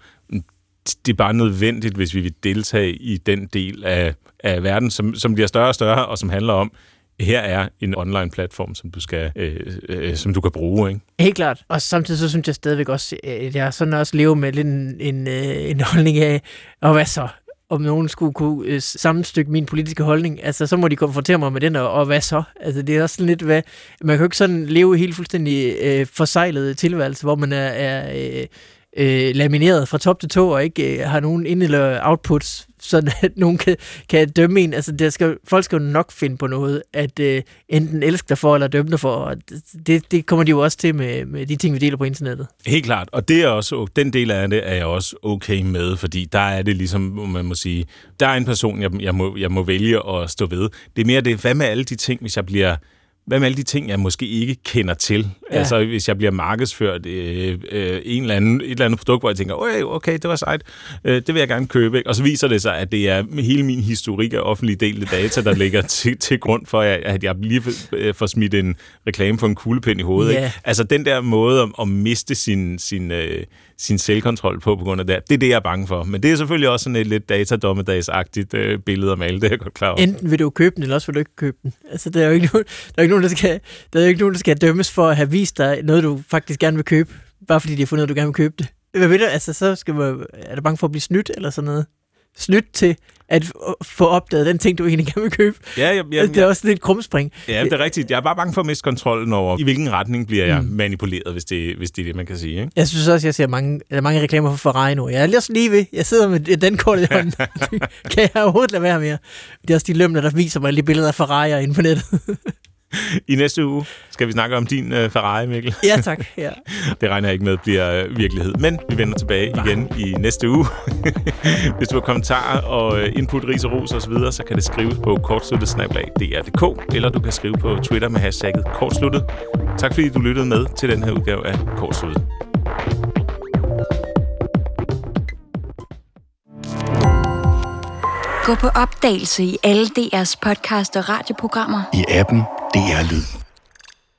det er bare nødvendigt, hvis vi vil deltage i den del af, af verden, som, som bliver større og større, og som handler om, her er en online-platform, som du skal, øh, øh, som du kan bruge, ikke? Helt klart. Og samtidig så synes jeg stadigvæk også, at jeg sådan også lever med lidt en, en, en holdning af, og hvad så? Om nogen skulle kunne øh, sammenstykke min politiske holdning, altså så må de konfrontere mig med den, og, og hvad så? Altså det er også sådan lidt, hvad, man kan jo ikke sådan leve helt fuldstændig øh, forsejlet tilværelse, hvor man er, er øh, øh, lamineret fra top til tå, og ikke øh, har nogen ind- eller outputs, sådan at nogen kan, kan dømme en. Altså der skal, folk skal jo nok finde på noget, at øh, enten elske dig for, eller dømme dig for, og det, det kommer de jo også til med, med de ting, vi deler på internettet. Helt klart, og det er også, den del af det er jeg også okay med, fordi der er det ligesom, man må sige, der er en person, jeg, jeg, må, jeg må vælge at stå ved. Det er mere det, hvad med alle de ting, hvis jeg bliver... Hvad med alle de ting, jeg måske ikke kender til? Ja. Altså, hvis jeg bliver markedsført øh, øh, en eller anden, et eller andet produkt, hvor jeg tænker, okay, okay, det var sejt, øh, det vil jeg gerne købe. Ikke? Og så viser det sig, at det er hele min historik af offentlige delte data, der ligger til, til grund for, at jeg lige får smidt en reklame for en kuglepen i hovedet. Yeah. Ikke? Altså, den der måde at, at miste sin, sin, øh, sin selvkontrol på, på grund af det, det er det, jeg er bange for. Men det er selvfølgelig også sådan et lidt datadommedagsagtigt øh, billede af male, det er jeg godt klar over. Enten vil du købe den, eller også vil du ikke købe den. Altså, der er jo ikke nogen, der er ikke nogen, der skal, der er jo ikke nogen, der skal dømmes for at have vist dig noget, du faktisk gerne vil købe, bare fordi de har fundet, at du gerne vil købe det. Hvad ved du? Altså, så skal man, er du bange for at blive snydt, eller sådan noget? Snydt til at få opdaget den ting, du egentlig gerne vil købe. Ja, ja, ja, det er også lidt krumspring. Ja, det er rigtigt. Jeg er bare bange for at miste kontrollen over, i hvilken retning bliver jeg mm. manipuleret, hvis det, hvis det er det, man kan sige. Ikke? Jeg synes også, jeg ser mange, der er mange reklamer for Ferrari nu. Jeg er også lige ved. Jeg sidder med den kort i hånden. Kan jeg overhovedet lade være mere? Det er også de lømler, der viser mig alle de billeder af Ferrari'er inde på nettet. I næste uge skal vi snakke om din uh, Ferrari, Mikkel. Ja, tak. Ja. Det regner jeg ikke med bliver uh, virkelighed. Men vi vender tilbage Nej. igen i næste uge. Hvis du har kommentarer og uh, input, ris og ros osv., så, så kan det skrives på kortsluttet snabel-a d r punktum d k, eller du kan skrive på Twitter med hashtagget kortsluttet. Tak fordi du lyttede med til den her udgave af Kortsluttet. Gå på opdagelse i alle D R's podcast og radioprogrammer. I appen D R Lyd.